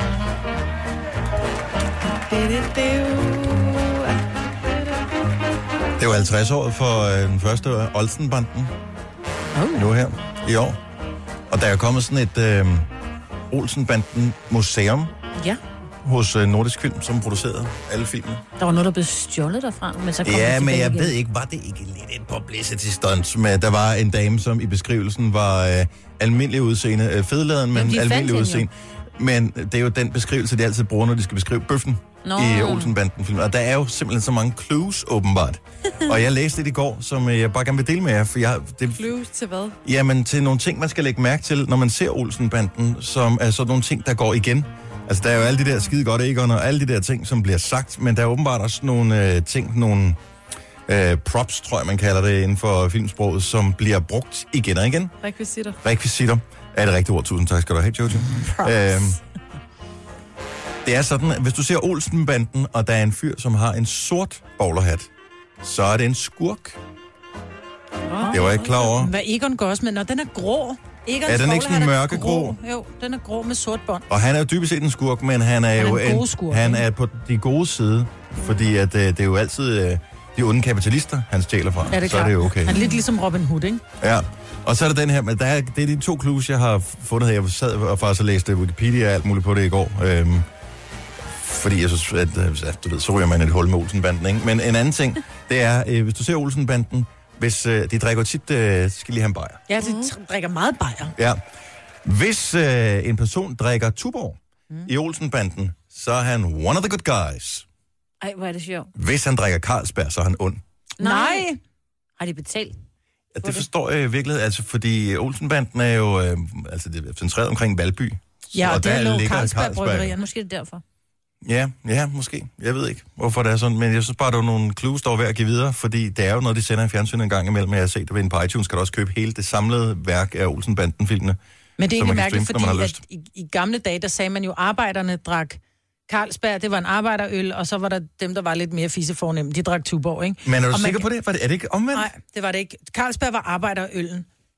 S1: Det var halvtreds år for øh, den første Olsenbanden. Oh. Nu her i år. Og der er kommet sådan et øh, Olsenbanden museum
S4: Ja.
S1: hos øh, Nordisk Film, som producerede alle filmene.
S4: Der var noget, der blev stjålet derfra, men så kom
S1: Ja,
S4: det
S1: men
S4: tilbage
S1: jeg
S4: igen.
S1: ved ikke, var det ikke lidt en publicity stunt med, der var en dame, som i beskrivelsen var øh, almindelig udseende, øh, fedladen, men
S4: Jamen, de fandt
S1: almindelig
S4: hende
S1: udseende. Men det er jo den beskrivelse, de altid bruger, når de skal beskrive bøffen
S4: Nå.
S1: i Olsenbanden-filmen. Og der er jo simpelthen så mange clues, åbenbart. Og jeg læste det i går, som øh, jeg bare gerne vil dele med jer, for jeg... Det,
S3: Flyves til hvad?
S1: jamen, til nogle ting, man skal lægge mærke til, når man ser Olsenbanden, som er sådan nogle ting, der går igen. Altså, der er jo alle de der skide godt Egon og alle de der ting, som bliver sagt, men der er åbenbart også nogle øh, ting, nogle øh, props, tror jeg, man kalder det inden for filmsproget, som bliver brugt igen og igen.
S3: Rekvisitter.
S1: Rekvisitter er det rigtige ord. Tusind tak skal du have, Jojo. Øhm, det er sådan, at hvis du ser Olsenbanden, og der er en fyr, som har en sort bowlerhat, så er det en skurk. Det var jeg ikke klar over.
S2: Hvad Egon går også med, når den er grå. Egons
S1: Er den ikke sådan
S2: bowlerhat er
S1: mørkegrå?
S2: Jo, den er grå med sort bånd.
S1: Og han er jo dybest set en skurk, men han er
S2: Han er
S1: jo
S2: en god skurk,
S1: han
S2: ikke?
S1: er på de gode side, fordi at, øh, det er jo altid øh, de onde kapitalister, han stjæler fra.
S2: Ja, det er
S1: så er
S2: klart.
S1: det jo okay.
S2: Han er lidt ligesom Robin Hood, ikke?
S1: Ja, og så er der den her, men der er, det er de to clues, jeg har fundet her. Jeg sad og faktisk og læste Wikipedia og alt muligt på det i går. Øhm, fordi jeg synes, at, at du ved, så ryger man et hul med Olsenbanden, ikke? Men en anden ting, det er, øh, hvis du ser Olsenbanden, hvis øh, de drikker tit, øh, skal lige have en bajer.
S2: Ja, de mm. drikker meget bajer.
S1: Ja. Hvis øh, en person drikker Tuborg mm. i Olsenbanden, så er han one of the good guys.
S4: Ej, hvor er det sjovt.
S1: Hvis han drikker Carlsberg, så er han ond.
S2: Nej.
S4: Har de betalt?
S1: Ja, det forstår jeg virkelig, altså fordi Olsenbanden er jo øh, altså det er centreret omkring Valby.
S2: Ja, og, og der lå
S1: ligger
S2: Carlsberg-bryggerierne.
S4: Måske er det derfor.
S1: Ja, ja, måske. Jeg ved ikke, hvorfor det er sådan, men jeg synes bare, der er nogle clues, der er værd at give videre, fordi det er jo noget, de sender i fjernsynet en gang imellem, og jeg har set det ved en på iTunes, kan du også købe hele det samlede værk af Olsenbanden-filmene.
S2: Men det er
S1: som
S2: egentlig
S1: man kan
S2: mærkeligt,
S1: streame, når man
S2: fordi
S1: har
S2: at i, i gamle dage, der sagde man jo, arbejderne drak Carlsberg, det var en arbejderøl, og så var der dem, der var lidt mere fisefornemme, de drak Tuborg, ikke?
S1: Men er du
S2: og
S1: sikker
S2: man,
S1: på det? Var det? Er det ikke omvendt?
S2: Nej, det var det ikke. Carlsberg var arbejderøllen.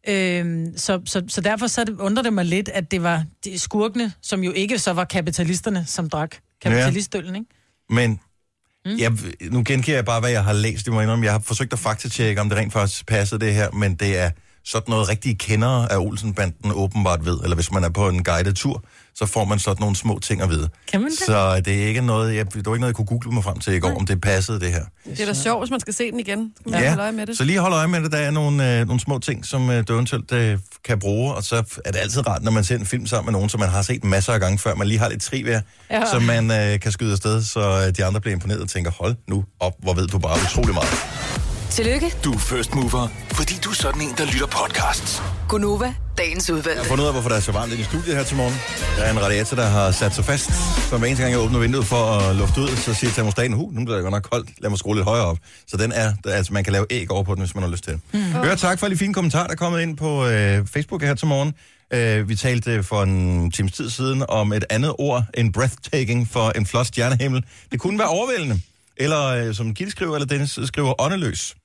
S2: Øhm, så, så, så derfor så det, undrer det mig lidt, at det var de skurkene, som jo ikke så var kapitalisterne, som drak kapitalistøllen, ikke?
S1: Men mm. jeg, nu gengiver jeg bare, hvad jeg har læst. Det må jeg indrømme. Jeg har forsøgt at faktatjekke, om det rent faktisk passede det her, men det er sådan noget rigtige kendere af Olsenbanden åbenbart ved. Eller hvis man er på en guided tur, så får man sådan nogle små ting at vide.
S4: Kan man det?
S1: Så det er ikke noget, jeg, det var ikke noget, jeg kunne google mig frem til i går, om det passede det her.
S3: Det er da sjovt, hvis man skal se den igen. Skal man
S1: ja,
S3: holde øje med det?
S1: Så lige hold øje med det. Der er nogle, øh, nogle små ting, som øh, du eventuelt øh, kan bruge, og så er det altid rart, når man ser en film sammen med nogen, som man har set masser af gange før. Man lige har lidt trivia, ja. Så man øh, kan skyde afsted, så øh, de andre bliver imponeret og tænker, hold nu op, hvor ved du bare utrolig meget.
S7: Tillykke.
S5: Du er first mover, fordi du er sådan en, der lytter podcasts.
S7: Gunova, dagens udvalgte.
S1: Jeg har fundet ud af, hvorfor der er så varmt i studiet her til morgen. Der er en radiator, der har sat sig fast. Så hver eneste gang, jeg åbner vinduet for at lufte ud, så siger termostaten, hu, nu bliver det godt nok koldt. Lad mig skrue lidt højere op. Så den er, altså man kan lave æg over på den, hvis man har lyst til det. Mm. Hør, tak for alle de fine kommentarer, der er kommet ind på øh, Facebook her til morgen. Øh, vi talte for en times tid siden om et andet ord, en breathtaking for en flot stjernehimmel. Det kunne være overvældende. Eller øh, som Gitte skriver, eller Dennis skriver, åndeløs.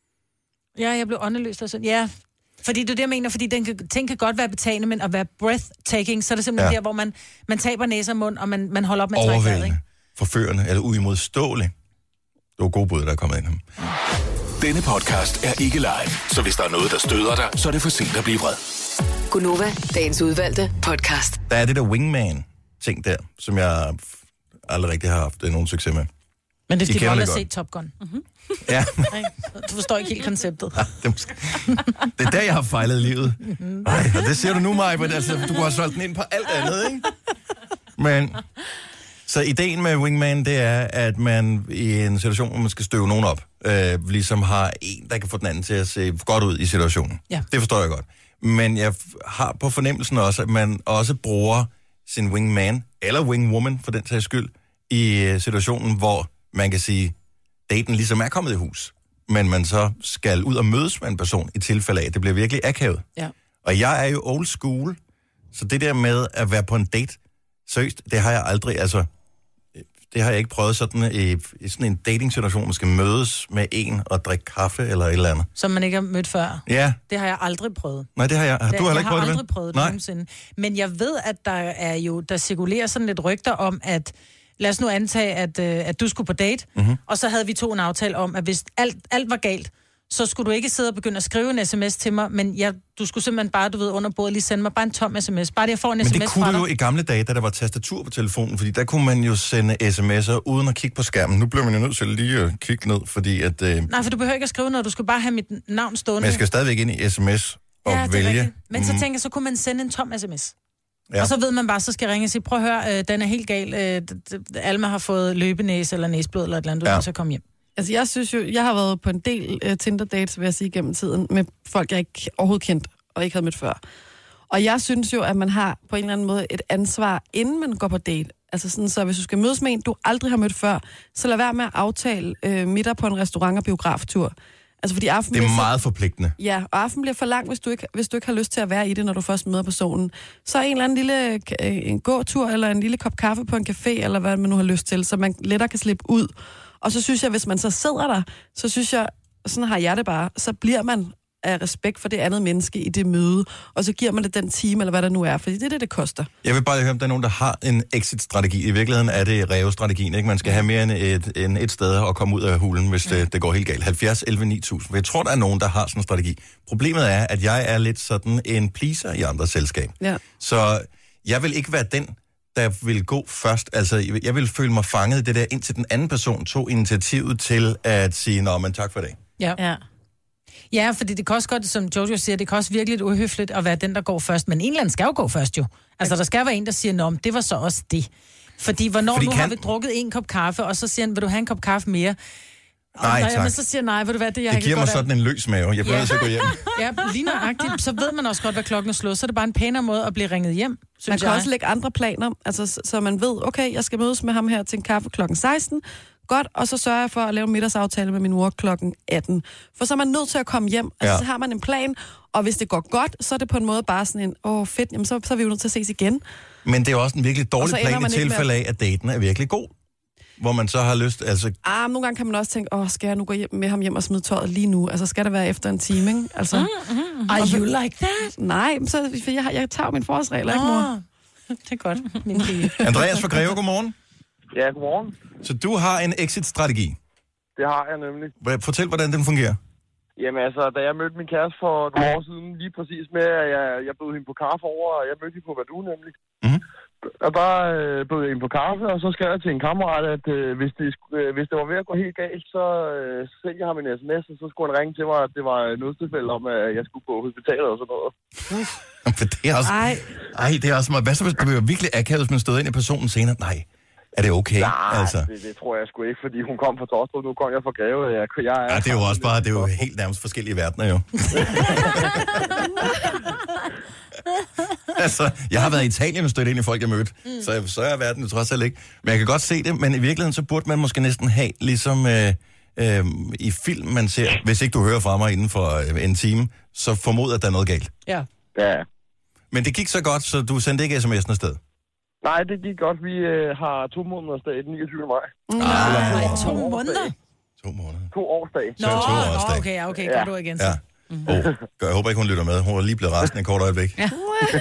S2: Ja, jeg blev åndeløs og sådan. Ja, fordi det er det, jeg mener, fordi den kan, ting kan godt være betagende, men at være breathtaking, så er det simpelthen ja. Der, hvor man, man taber næse og mund, og man, man holder op med at trække vejret, ikke?
S1: Forførende eller uimodståelig. Det var gode bud, der er kommet ind.
S5: Denne podcast er ikke live, så hvis der er noget, der støder dig, så er det for sent at blive vred.
S7: Gunova, dagens udvalgte podcast.
S1: Der er det der wingman-ting der, som jeg aldrig rigtig har haft nogen succes med.
S2: Men det er fordi, du aldrig har set Top Gun. Mm-hmm.
S1: Ja.
S2: Du forstår ikke helt konceptet.
S1: Ja, det, er måske... det er der, jeg har fejlet livet. Ej, og det ser du nu, Maja, men altså, du kunne have solgt den ind på alt andet, ikke? Men, så ideen med wingman, det er, at man i en situation, hvor man skal støve nogen op, øh, ligesom har en, der kan få den anden til at se godt ud i situationen.
S2: Ja.
S1: Det forstår jeg godt. Men jeg har på fornemmelsen også, at man også bruger sin wingman, eller wingwoman for den sags skyld, i situationen, hvor man kan sige, daten ligesom er kommet i hus, men man så skal ud og mødes med en person i tilfælde af, at det bliver virkelig akavet.
S2: Ja.
S1: Og jeg er jo old school, så det der med at være på en date, seriøst, det har jeg aldrig, altså, det har jeg ikke prøvet sådan i, i sådan en dating-situation, man skal mødes med en og drikke kaffe eller et eller andet.
S2: Som man ikke har mødt før.
S1: Ja.
S2: Det har jeg aldrig prøvet.
S1: Nej, det har jeg. Har du heller ikke prøvet det?
S2: Jeg har aldrig prøvet det nogensinde. Men jeg ved, at der er jo, der cirkulerer sådan lidt rygter om, at lad os nu antage, at, øh, at du skulle på date, mm-hmm. og så havde vi to en aftale om, at hvis alt, alt var galt, så skulle du ikke sidde og begynde at skrive en sms til mig, men jeg, du skulle simpelthen bare, du ved, under bordet lige sende mig bare en tom sms. Bare det, jeg får en
S1: men
S2: sms fra dig.
S1: Men det kunne du jo i gamle dage, da der var tastatur på telefonen, fordi der kunne man jo sende sms'er uden at kigge på skærmen. Nu bliver man jo nødt til lige at kigge ned, fordi at... Øh...
S2: Nej, for du behøver ikke at skrive noget, du skal bare have mit navn stående.
S1: Men jeg skal stadigvæk ind i sms og
S2: ja,
S1: vælge.
S2: Men mm. så tænker jeg, så kunne man sende en tom sms.
S1: Ja.
S2: Og så ved man bare, så skal jeg ringe og sige, prøv at høre, øh, den er helt gal. Øh, Alma har fået løbenæse eller næsblod eller et eller andet, du ja. Så kom hjem.
S3: Altså, jeg synes jo, jeg har været på en del uh, Tinder-dates, vil jeg sige, gennem tiden, med folk, jeg ikke overhovedet kendt og ikke havde mødt før. Og jeg synes jo, at man har på en eller anden måde et ansvar, inden man går på date. Altså sådan, så hvis du skal mødes med en, du aldrig har mødt før, så lad være med at aftale uh, middag på en restaurant- og biograftur. Altså, fordi aften
S1: det er
S3: bliver
S1: meget
S3: så...
S1: forpligtende.
S3: Ja, og aften bliver for lang, hvis du, ikke, hvis du ikke har lyst til at være i det, når du først møder personen. Så en eller anden lille en gåtur, eller en lille kop kaffe på en café, eller hvad man nu har lyst til, så man lettere kan slippe ud. Og så synes jeg, hvis man så sidder der, så synes jeg, sådan har jeg det bare, så bliver man af respekt for det andet menneske i det møde, og så giver man det den time, eller hvad der nu er, fordi det er det, det koster.
S1: Jeg vil bare høre, om der er nogen, der har en exit-strategi. I virkeligheden er det rævestrategien, ikke? Man skal have mere end et, end et sted at komme ud af hulen, hvis det, det går helt galt. halvfjerds elleve ni tusind. For jeg tror, der er nogen, der har sådan en strategi. Problemet er, at jeg er lidt sådan en pleaser i andres selskab.
S3: Ja.
S1: Så jeg vil ikke være den, der vil gå først. Altså, jeg vil føle mig fanget i det der, indtil den anden person tog initiativet til at sige, nå, men tak for det.
S2: Ja. Ja. Ja, fordi det kan også godt, som Jojo siger, det kan også virkelig lidt uhøfligt at være den, der går først. Men en eller anden skal jo gå først jo. Altså, der skal være en, der siger, nå, det var så også det. Fordi hvornår fordi nu kan... har vi drukket en kop kaffe, og så siger han, vil du have en kop kaffe mere?
S1: Nej,
S2: og
S1: tak.
S2: Men så siger nej, ved du hvad, det jeg
S1: det giver mig sådan en løs mave. Jeg bliver nødt til at gå hjem.
S2: Ja, lige nøjagtigt. Så ved man også godt, hvad klokken er slået. Så er det bare en pænere måde at blive ringet hjem, synes
S3: Man kan
S2: jeg.
S3: også lægge andre planer, altså, så man ved, okay, jeg skal mødes med ham her til en kaffe klokken seksten. Godt, og så sørger jeg for at lave en middagsaftale med min mor klokken atten. For så er man nødt til at komme hjem, altså ja. Så har man en plan, og hvis det går godt, så er det på en måde bare sådan en, åh fedt, jamen så, så er vi jo nødt til at ses igen.
S1: Men det er også en virkelig dårlig plan i tilfælde af, at daten er virkelig god. hvor man så har lyst, altså...
S3: Ah, nogle gange kan man også tænke, åh, skal jeg nu gå hjem med ham hjem og smide tøjet lige nu? Altså, skal det være efter en time, ikke? Altså,
S2: mm, mm, are you like that?
S3: Nej, så jeg, jeg tager min forholdsregler, ikke mor?
S2: Det er godt, min pige.
S1: Andreas fra Greve, godmorgen.
S10: Ja, godmorgen.
S1: Så du har en exit-strategi?
S10: Det har jeg nemlig.
S1: Fortæl, hvordan den fungerer.
S10: Jamen altså, da jeg mødte min kæreste for nogle år siden, lige præcis med, at jeg, jeg bød hende på kaffe over, og jeg mødte hende på Badoo nemlig.
S1: Mm-hmm.
S10: Og der øh, bød jeg hende på kaffe, og så skrev jeg til en kammerat, at øh, hvis, det, øh, hvis det var ved at gå helt galt, så øh, sendte jeg ham en sms, og så skulle han ringe til mig, at det var et nødstilfælde om, at jeg skulle på hospitalet og sådan noget.
S1: For det er også... Ej. Ej, det er også meget... Hvad så, hvis det bliver virkelig akavet, hvis man stod ind i personen senere? Nej. Er det okay?
S10: Nej,
S1: altså?
S10: det, det tror jeg sgu ikke, fordi hun kom fra Torstrup, nu kom jeg fra Greve. Jeg, jeg er
S1: ja, det er jo også bare, det er jo helt nærmest forskellige verdener, jo. altså, jeg har været i Italien og stødt ind i folk, jeg mødte, mm. så, så er verden jo trods alt ikke. Men jeg kan godt se det, men i virkeligheden, så burde man måske næsten have, ligesom øh, øh, i film, man ser, hvis ikke du hører fra mig inden for øh, en time, så formod, at der er noget galt.
S2: Ja.
S10: Ja.
S1: Men det gik så godt, så du sendte ikke sms'en afsted?
S10: Nej, det gik godt. Vi øh, har to måneders dag den niogtyvende maj.
S2: Nej, to måneder?
S1: To måneder.
S10: To årsdag.
S2: Nå,
S1: to årsdag.
S2: okay, okay, gør du igen så.
S1: Ja. Mm-hmm. Oh, jeg håber ikke, hun lytter med. Hun er lige blevet resten i et kort øjeblik. Ja.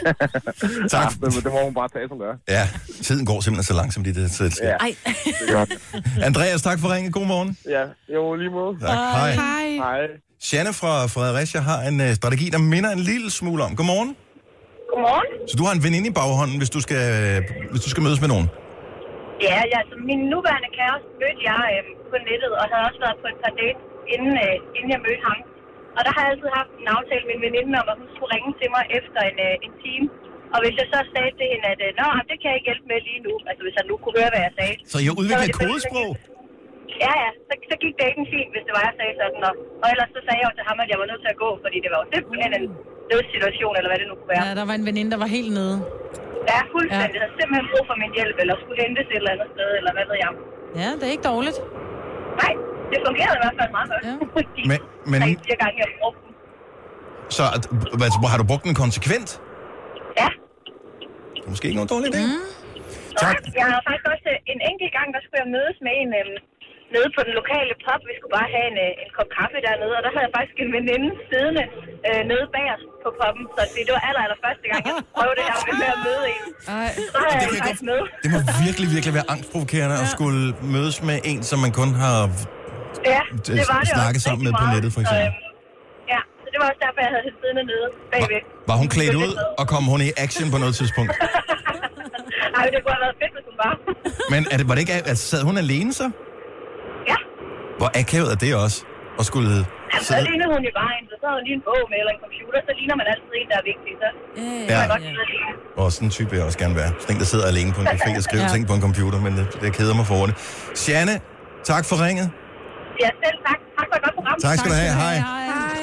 S1: Tak.
S10: Ja, det, det må hun bare tage, som det er.
S1: Ja, tiden går simpelthen så langsomt i det selskab.
S10: Ja, det gør det.
S1: Andreas, tak for ringen. God morgen.
S10: Ja, jo, lige måde.
S1: Tak. Hej.
S3: Hej.
S10: Hej.
S1: Janne fra Fredericia har en uh, strategi, der minder en lille smule om. Godmorgen.
S9: Godmorgen.
S1: Så du har en veninde i baghånden, hvis du skal, hvis du skal mødes med nogen?
S9: Ja, ja, så min nuværende kæreste mødte jeg øh, på nettet, og havde også været på et par dates, inden, øh, inden jeg mødte ham. Og der har jeg altid haft en aftale med en veninde om, at hun skulle ringe til mig efter en, øh, en time. Og hvis jeg så sagde til hende, at nå, det kan jeg ikke hjælpe med lige nu, altså hvis han nu kunne høre, hvad jeg sagde.
S1: Så jeg udvikler et kodesprog?
S9: Ja, ja, så, så gik det ikke en fint, hvis det var, jeg sagde sådan. Og, og ellers så sagde jeg jo til ham, at jeg var nødt til at gå, fordi det var jo simpelthen en dødssituation, eller hvad det nu kunne være.
S2: Ja, der var en veninde, der var helt nede.
S9: Ja, fuldstændig. Ja. Jeg havde simpelthen brug for min hjælp, eller skulle hentes et eller andet sted, eller hvad ved jeg.
S2: Ja, det er ikke dårligt.
S9: Nej, det fungerede i hvert fald meget godt. Ja.
S1: men, men...
S9: tre, fire gange, jeg brugte den.
S1: Så altså, har du brugt den konsekvent?
S9: Ja.
S1: Det er måske ikke nogen dårlig idé. Mm.
S9: Tak. Jeg har faktisk også en enkelt gang, der skulle jeg mødes med en øhm, nede på den lokale pub. Vi skulle bare have en, en kop kaffe dernede, og der havde jeg faktisk en veninde siddende øh, nede bag os på puben. Så det, det var aller, aller første gang, jeg prøvede det her med at møde en. Ej. Så havde jeg faktisk med.
S1: Det må virkelig, virkelig være angstprovokerende ja. At skulle mødes med en, som man kun har
S9: ja, det var det
S1: snakket sammen med på nettet, for eksempel.
S9: Så, øhm, ja, så det var også derfor, jeg havde hende siddende nede bagved.
S1: Var, var hun klædt ud, og kom hun i action på noget tidspunkt?
S9: Nej, det kunne have været fedt, hvis hun var.
S1: Men er det, var det ikke, altså, sad hun alene så?
S9: Ja.
S1: Hvor akavet er det også? Og skulle
S9: altså, så lignede hun jo bare en, så havde hun lige en bog med eller en computer, så ligner man altid en, der er vigtig, så
S1: yeah,
S9: kan
S1: ja.
S9: man godt sidde alene.
S1: Og sådan en type vil jeg også gerne være. Sådan en, der sidder alene på en café og skriver ja. ting på en computer, men det, det keder mig for hurtigt. Janne, tak for ringet.
S9: Ja, selv tak. Tak for et godt program.
S1: Tak skal du have. Hej.
S3: Hej.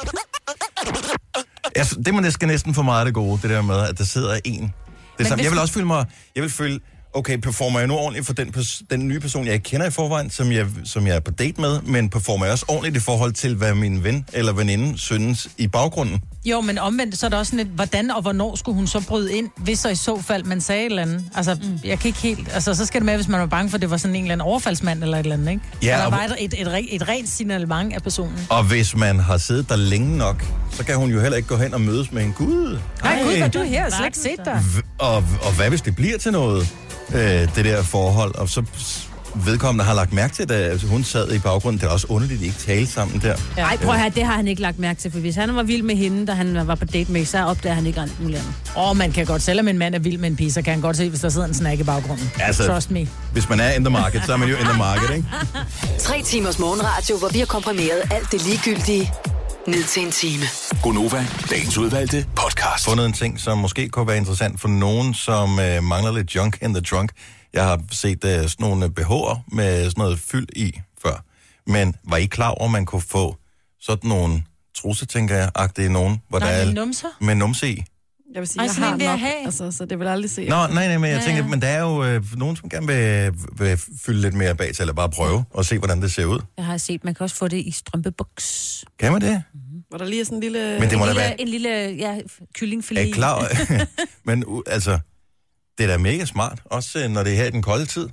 S1: Altså, det må næsten næsten for meget det gode, det der med, at der sidder en. Det samme. Jeg vil også føle mig, jeg vil føle, okay, performer jeg nu ordentligt for den, den nye person, jeg ikke kender i forvejen, som jeg, som jeg er på date med, men performer jeg også ordentligt i forhold til, hvad min ven eller veninde synes i baggrunden?
S2: Jo, men omvendt, så er der også sådan et, hvordan og hvornår skulle hun så bryde ind, hvis så i så fald man sagde et eller andet. Altså, mm. jeg kan ikke helt... Altså, så skal det med, hvis man var bange for, at det var sådan en eller anden overfaldsmand eller et eller andet, ikke?
S1: Ja,
S2: så der var et, et, et, et, et rent signalement af personen.
S1: Og hvis man har siddet der længe nok, så kan hun jo heller ikke gå hen og mødes med en gud.
S2: Nej, gud, var du her? Jeg har slet ikke set dig.
S1: Og, og hvad hvis det bliver til noget, øh, det der forhold, og så... vedkommende har lagt mærke til, at hun sad i baggrunden. Det er også underligt, at de ikke talte sammen der.
S4: Nej, prøv at høre, det har han ikke lagt mærke til, for hvis han var vild med hende, da han var på date med, så opdager han ikke alt muligt andet.
S2: Åh, oh, man kan godt, selvom en mand er vild med en pige, så kan han godt se, hvis der sidder en snack i baggrunden.
S1: Altså,
S2: trust me.
S1: Hvis man er in the market, så er man jo in the market, ikke?
S7: Tre timers morgenradio, hvor vi har komprimeret alt det ligegyldige ned til en time.
S5: Gonova, dagens udvalgte podcast.
S1: Fundet en ting, som måske kunne være interessant for nogen, som øh, mangler lidt junk in the trunk. Jeg har set uh, sådan nogle B H'er med sådan noget fyld i før. Men var I klar over, at man kunne få sådan nogle trusser, tænker jeg, agtige nogen, hvor
S2: nej,
S1: der er
S2: numser?
S1: Med numse i?
S3: Jeg vil sige,
S2: Ej,
S3: jeg har nok, altså, så det vil jeg aldrig se.
S1: Nå, nej, nej, men jeg
S2: ja,
S1: tænker,
S2: ja.
S1: men der er jo øh, nogen, som gerne vil, vil fylde lidt mere bag til, eller bare prøve og se, hvordan det ser ud.
S4: Jeg har set, man kan også få det i strømpebuks.
S1: Kan man det?
S4: Mm-hmm.
S3: Hvor der lige er sådan en lille...
S1: Men det må
S4: en,
S1: da
S4: lille,
S1: være...
S4: en lille, ja, kyllingfilet.
S1: Er I klar? Men uh, altså, det er da mega smart, også når det er her i den kolde tid.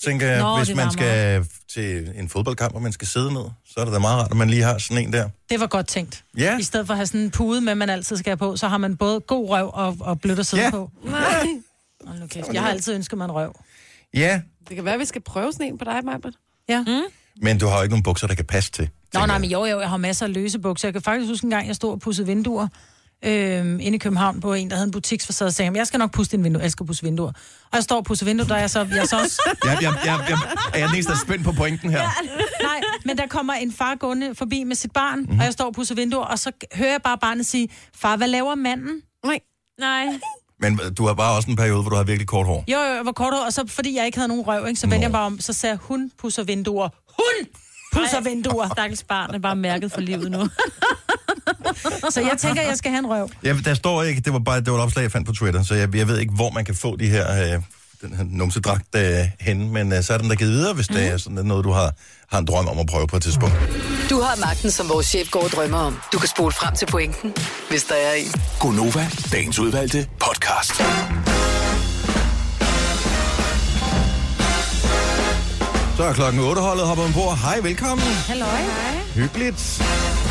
S1: tænker jeg,
S2: Nå,
S1: hvis
S2: det
S1: man
S2: varmer
S1: skal til en fodboldkamp, og man skal sidde ned, så er det da meget rart, at man lige har sådan en der.
S2: Det var godt tænkt.
S1: Ja.
S2: I stedet for at have sådan en pude med, man altid skal have på, så har man både god røv og, og blødt at sidde
S1: Ja.
S2: på.
S3: Nej.
S2: Hold nu kæft. Jeg har altid ønsket mig en røv.
S1: Ja,
S3: Det kan være, at vi skal prøve sådan en på dig, Majbert.
S2: Ja. Mm.
S1: men du har jo ikke nogen bukser, der kan passe til.
S2: Nå,
S1: tænker
S2: nej,
S1: jeg.
S2: men jo, jo, jeg har masser af løse bukser. Jeg kan faktisk huske en gang, jeg stod og pudsede vinduer øhm, inde i København på en, der havde en butiksfacade, og sagde, jeg skal nok pusse dine vinduer, jeg elsker at pusse vinduer. Og jeg står og pusser vinduer, der er jeg så, jeg er så også...
S1: Jeg, jeg, jeg, jeg, er jeg den eneste, der er spændt på pointen her?
S2: Nej, men der kommer en far gående forbi med sit barn,
S1: Mhm.
S2: mm-hmm. og jeg står og pusser vinduer, og så hører jeg bare barnet sige, far, hvad laver manden?
S3: Nej.
S4: Nej.
S1: Men du har bare også en periode, hvor du har virkelig kort hår.
S2: Jo, jo, jeg var kort, og så fordi jeg ikke havde nogen røv, ikke, så vendte jeg bare om, så sagde jeg, hun pusser vinduer. Hun pusser vinduer.
S4: Stakkels barn er bare mærket for livet nu.
S2: Så jeg tænker, jeg skal have en røv.
S1: Ja, der står ikke, det var bare det var et opslag, jeg fandt på Twitter, så jeg, jeg ved ikke, hvor man kan få de her, øh, den her numsedragt øh, henne, men øh, så er den der givet videre, hvis mm. det er sådan noget, du har, har en drøm om at prøve på et tidspunkt.
S7: Du har magten, som vores chef går og drømmer om. Du kan spole frem til pointen, hvis der er en.
S5: Gonova, dagens udvalgte podcast.
S1: Så er klokken otte, holdet hopper ombord. Hej, velkommen.
S2: Hallo. Hej.
S1: Hyggeligt.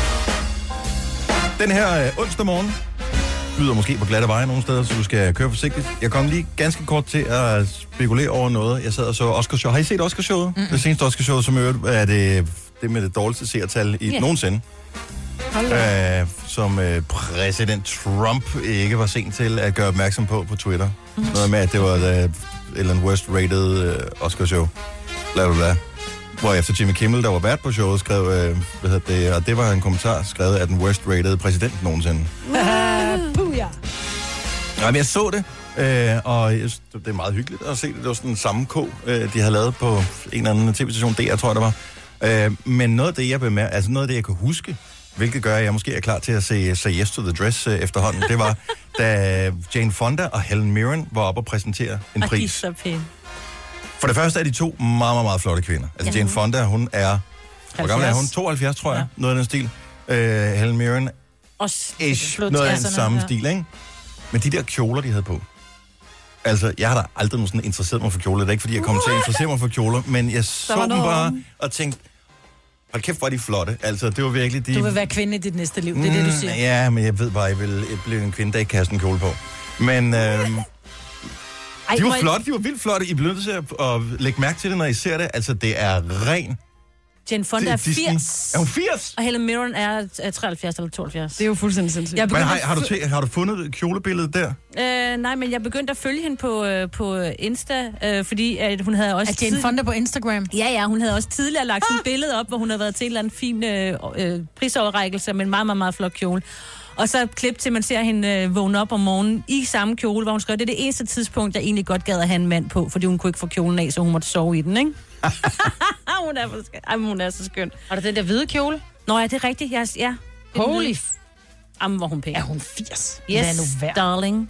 S1: Den her øh, onsdag morgen byder måske på glatte veje nogle steder, så du skal køre forsigtigt. Jeg kom lige ganske kort til at spekulere over noget. Jeg sad og så Oscarshow. Har I set Oscarshowet? Mm-hmm. Det seneste Oscarshow, som øvrigt er det, det med det dårligste seertal i
S2: Yeah.
S1: nogensinde. Øh, som øh, præsident Trump ikke var sent til at gøre opmærksom på på Twitter. Mm-hmm. Noget med, at det var et eller andet worst rated øh, Oscarshow. Bla bla bla. Hvorefter Jimmy Kimmel, der var vært på showet, skrev, øh, hvad hedder det, og det var en kommentar skrevet af den worst rated præsident nogensinde.
S2: Uh, puja.
S1: Ja, men jeg så det, øh, og jeg, synes, det er meget hyggeligt at se det. Det var sådan en samme kog, øh, de havde lavet på en eller anden tv-station, D R, tror jeg, det var. Øh, men noget af det, jeg bemærker, altså noget af det, jeg kan huske, hvilket gør, at jeg måske er klar til at se Say Yes to the Dress øh, efterhånden, det var, da Jane Fonda og Helen Mirren var oppe og præsentere en
S4: Og de er
S1: pris.
S4: så pæne.
S1: For det første er de to meget, meget, meget flotte kvinder. Altså
S4: Ja.
S1: Jane Fonda, hun er... Hvor gammel er hun? tooghalvfjerds, tror jeg. Ja. Noget af den stil. Øh, Helen Mirren,
S4: Også
S1: ish.
S2: flot
S1: Noget af den
S2: tresserne,
S1: samme
S2: ja.
S1: stil, ikke? Men de der kjoler, de havde på. Altså, jeg har da aldrig nogensinde interesseret mig for kjoler. Det er ikke, fordi jeg kommer til at interessere mig for kjoler, men jeg så
S3: var
S1: dem
S3: noget
S1: bare
S3: om.
S1: og tænkte, hold kæft, hvor er de flotte. Altså, det var virkelig... De...
S2: Du vil være kvinde i dit næste liv, det er det, du siger.
S1: Mm, ja, men jeg ved bare, jeg vil blive en kvinde, der ikke kan have sådan en kjole på. Men... Øh,
S4: Ej,
S1: de
S4: må
S1: var
S4: jeg-
S1: flotte, de var vildt flotte. I bliver nødt til at, at lægge mærke til det, når I ser det. Altså, det er ren...
S4: Jane Fonda er
S1: Det Disney.
S4: firs.
S1: Er hun firs?
S4: Og Helen Mirren er er treoghalvfjerds eller tooghalvfjerds.
S3: Det er jo fuldstændig sindssygt.
S4: Jeg
S1: Men
S4: begyndte
S1: har,
S4: at
S1: har, du
S4: fø-
S1: te, har du fundet kjolebilledet der?
S4: Øh, nej, men jeg begyndte at følge hende på, øh, på Insta, øh, fordi at hun havde også...
S2: Er Jane
S4: tid-
S2: Fonda på Instagram?
S4: Ja, ja, hun havde også tidligere lagt sådan et billede op, hvor hun havde været til en eller anden fin øh, øh, prisoverrækkelse med en meget, meget, meget flot kjole. Og så klip til, at man ser hende øh, vågne op om morgenen i samme kjole, hvor hun skrev, det er det eneste tidspunkt, jeg egentlig godt gad at have en mand på, fordi hun kunne ikke få kjolen af, så hun måtte sove i den, ikke? hun, er for skøn. Ej, men hun er så skøn.
S2: Og der den der hvide kjole?
S4: Nå ja, det er rigtigt. Jeg, ja.
S2: Holy
S4: Jamen, hvor hun pæn.
S2: Er hun firs?
S4: Yes,
S2: Lad nu være.
S4: darling.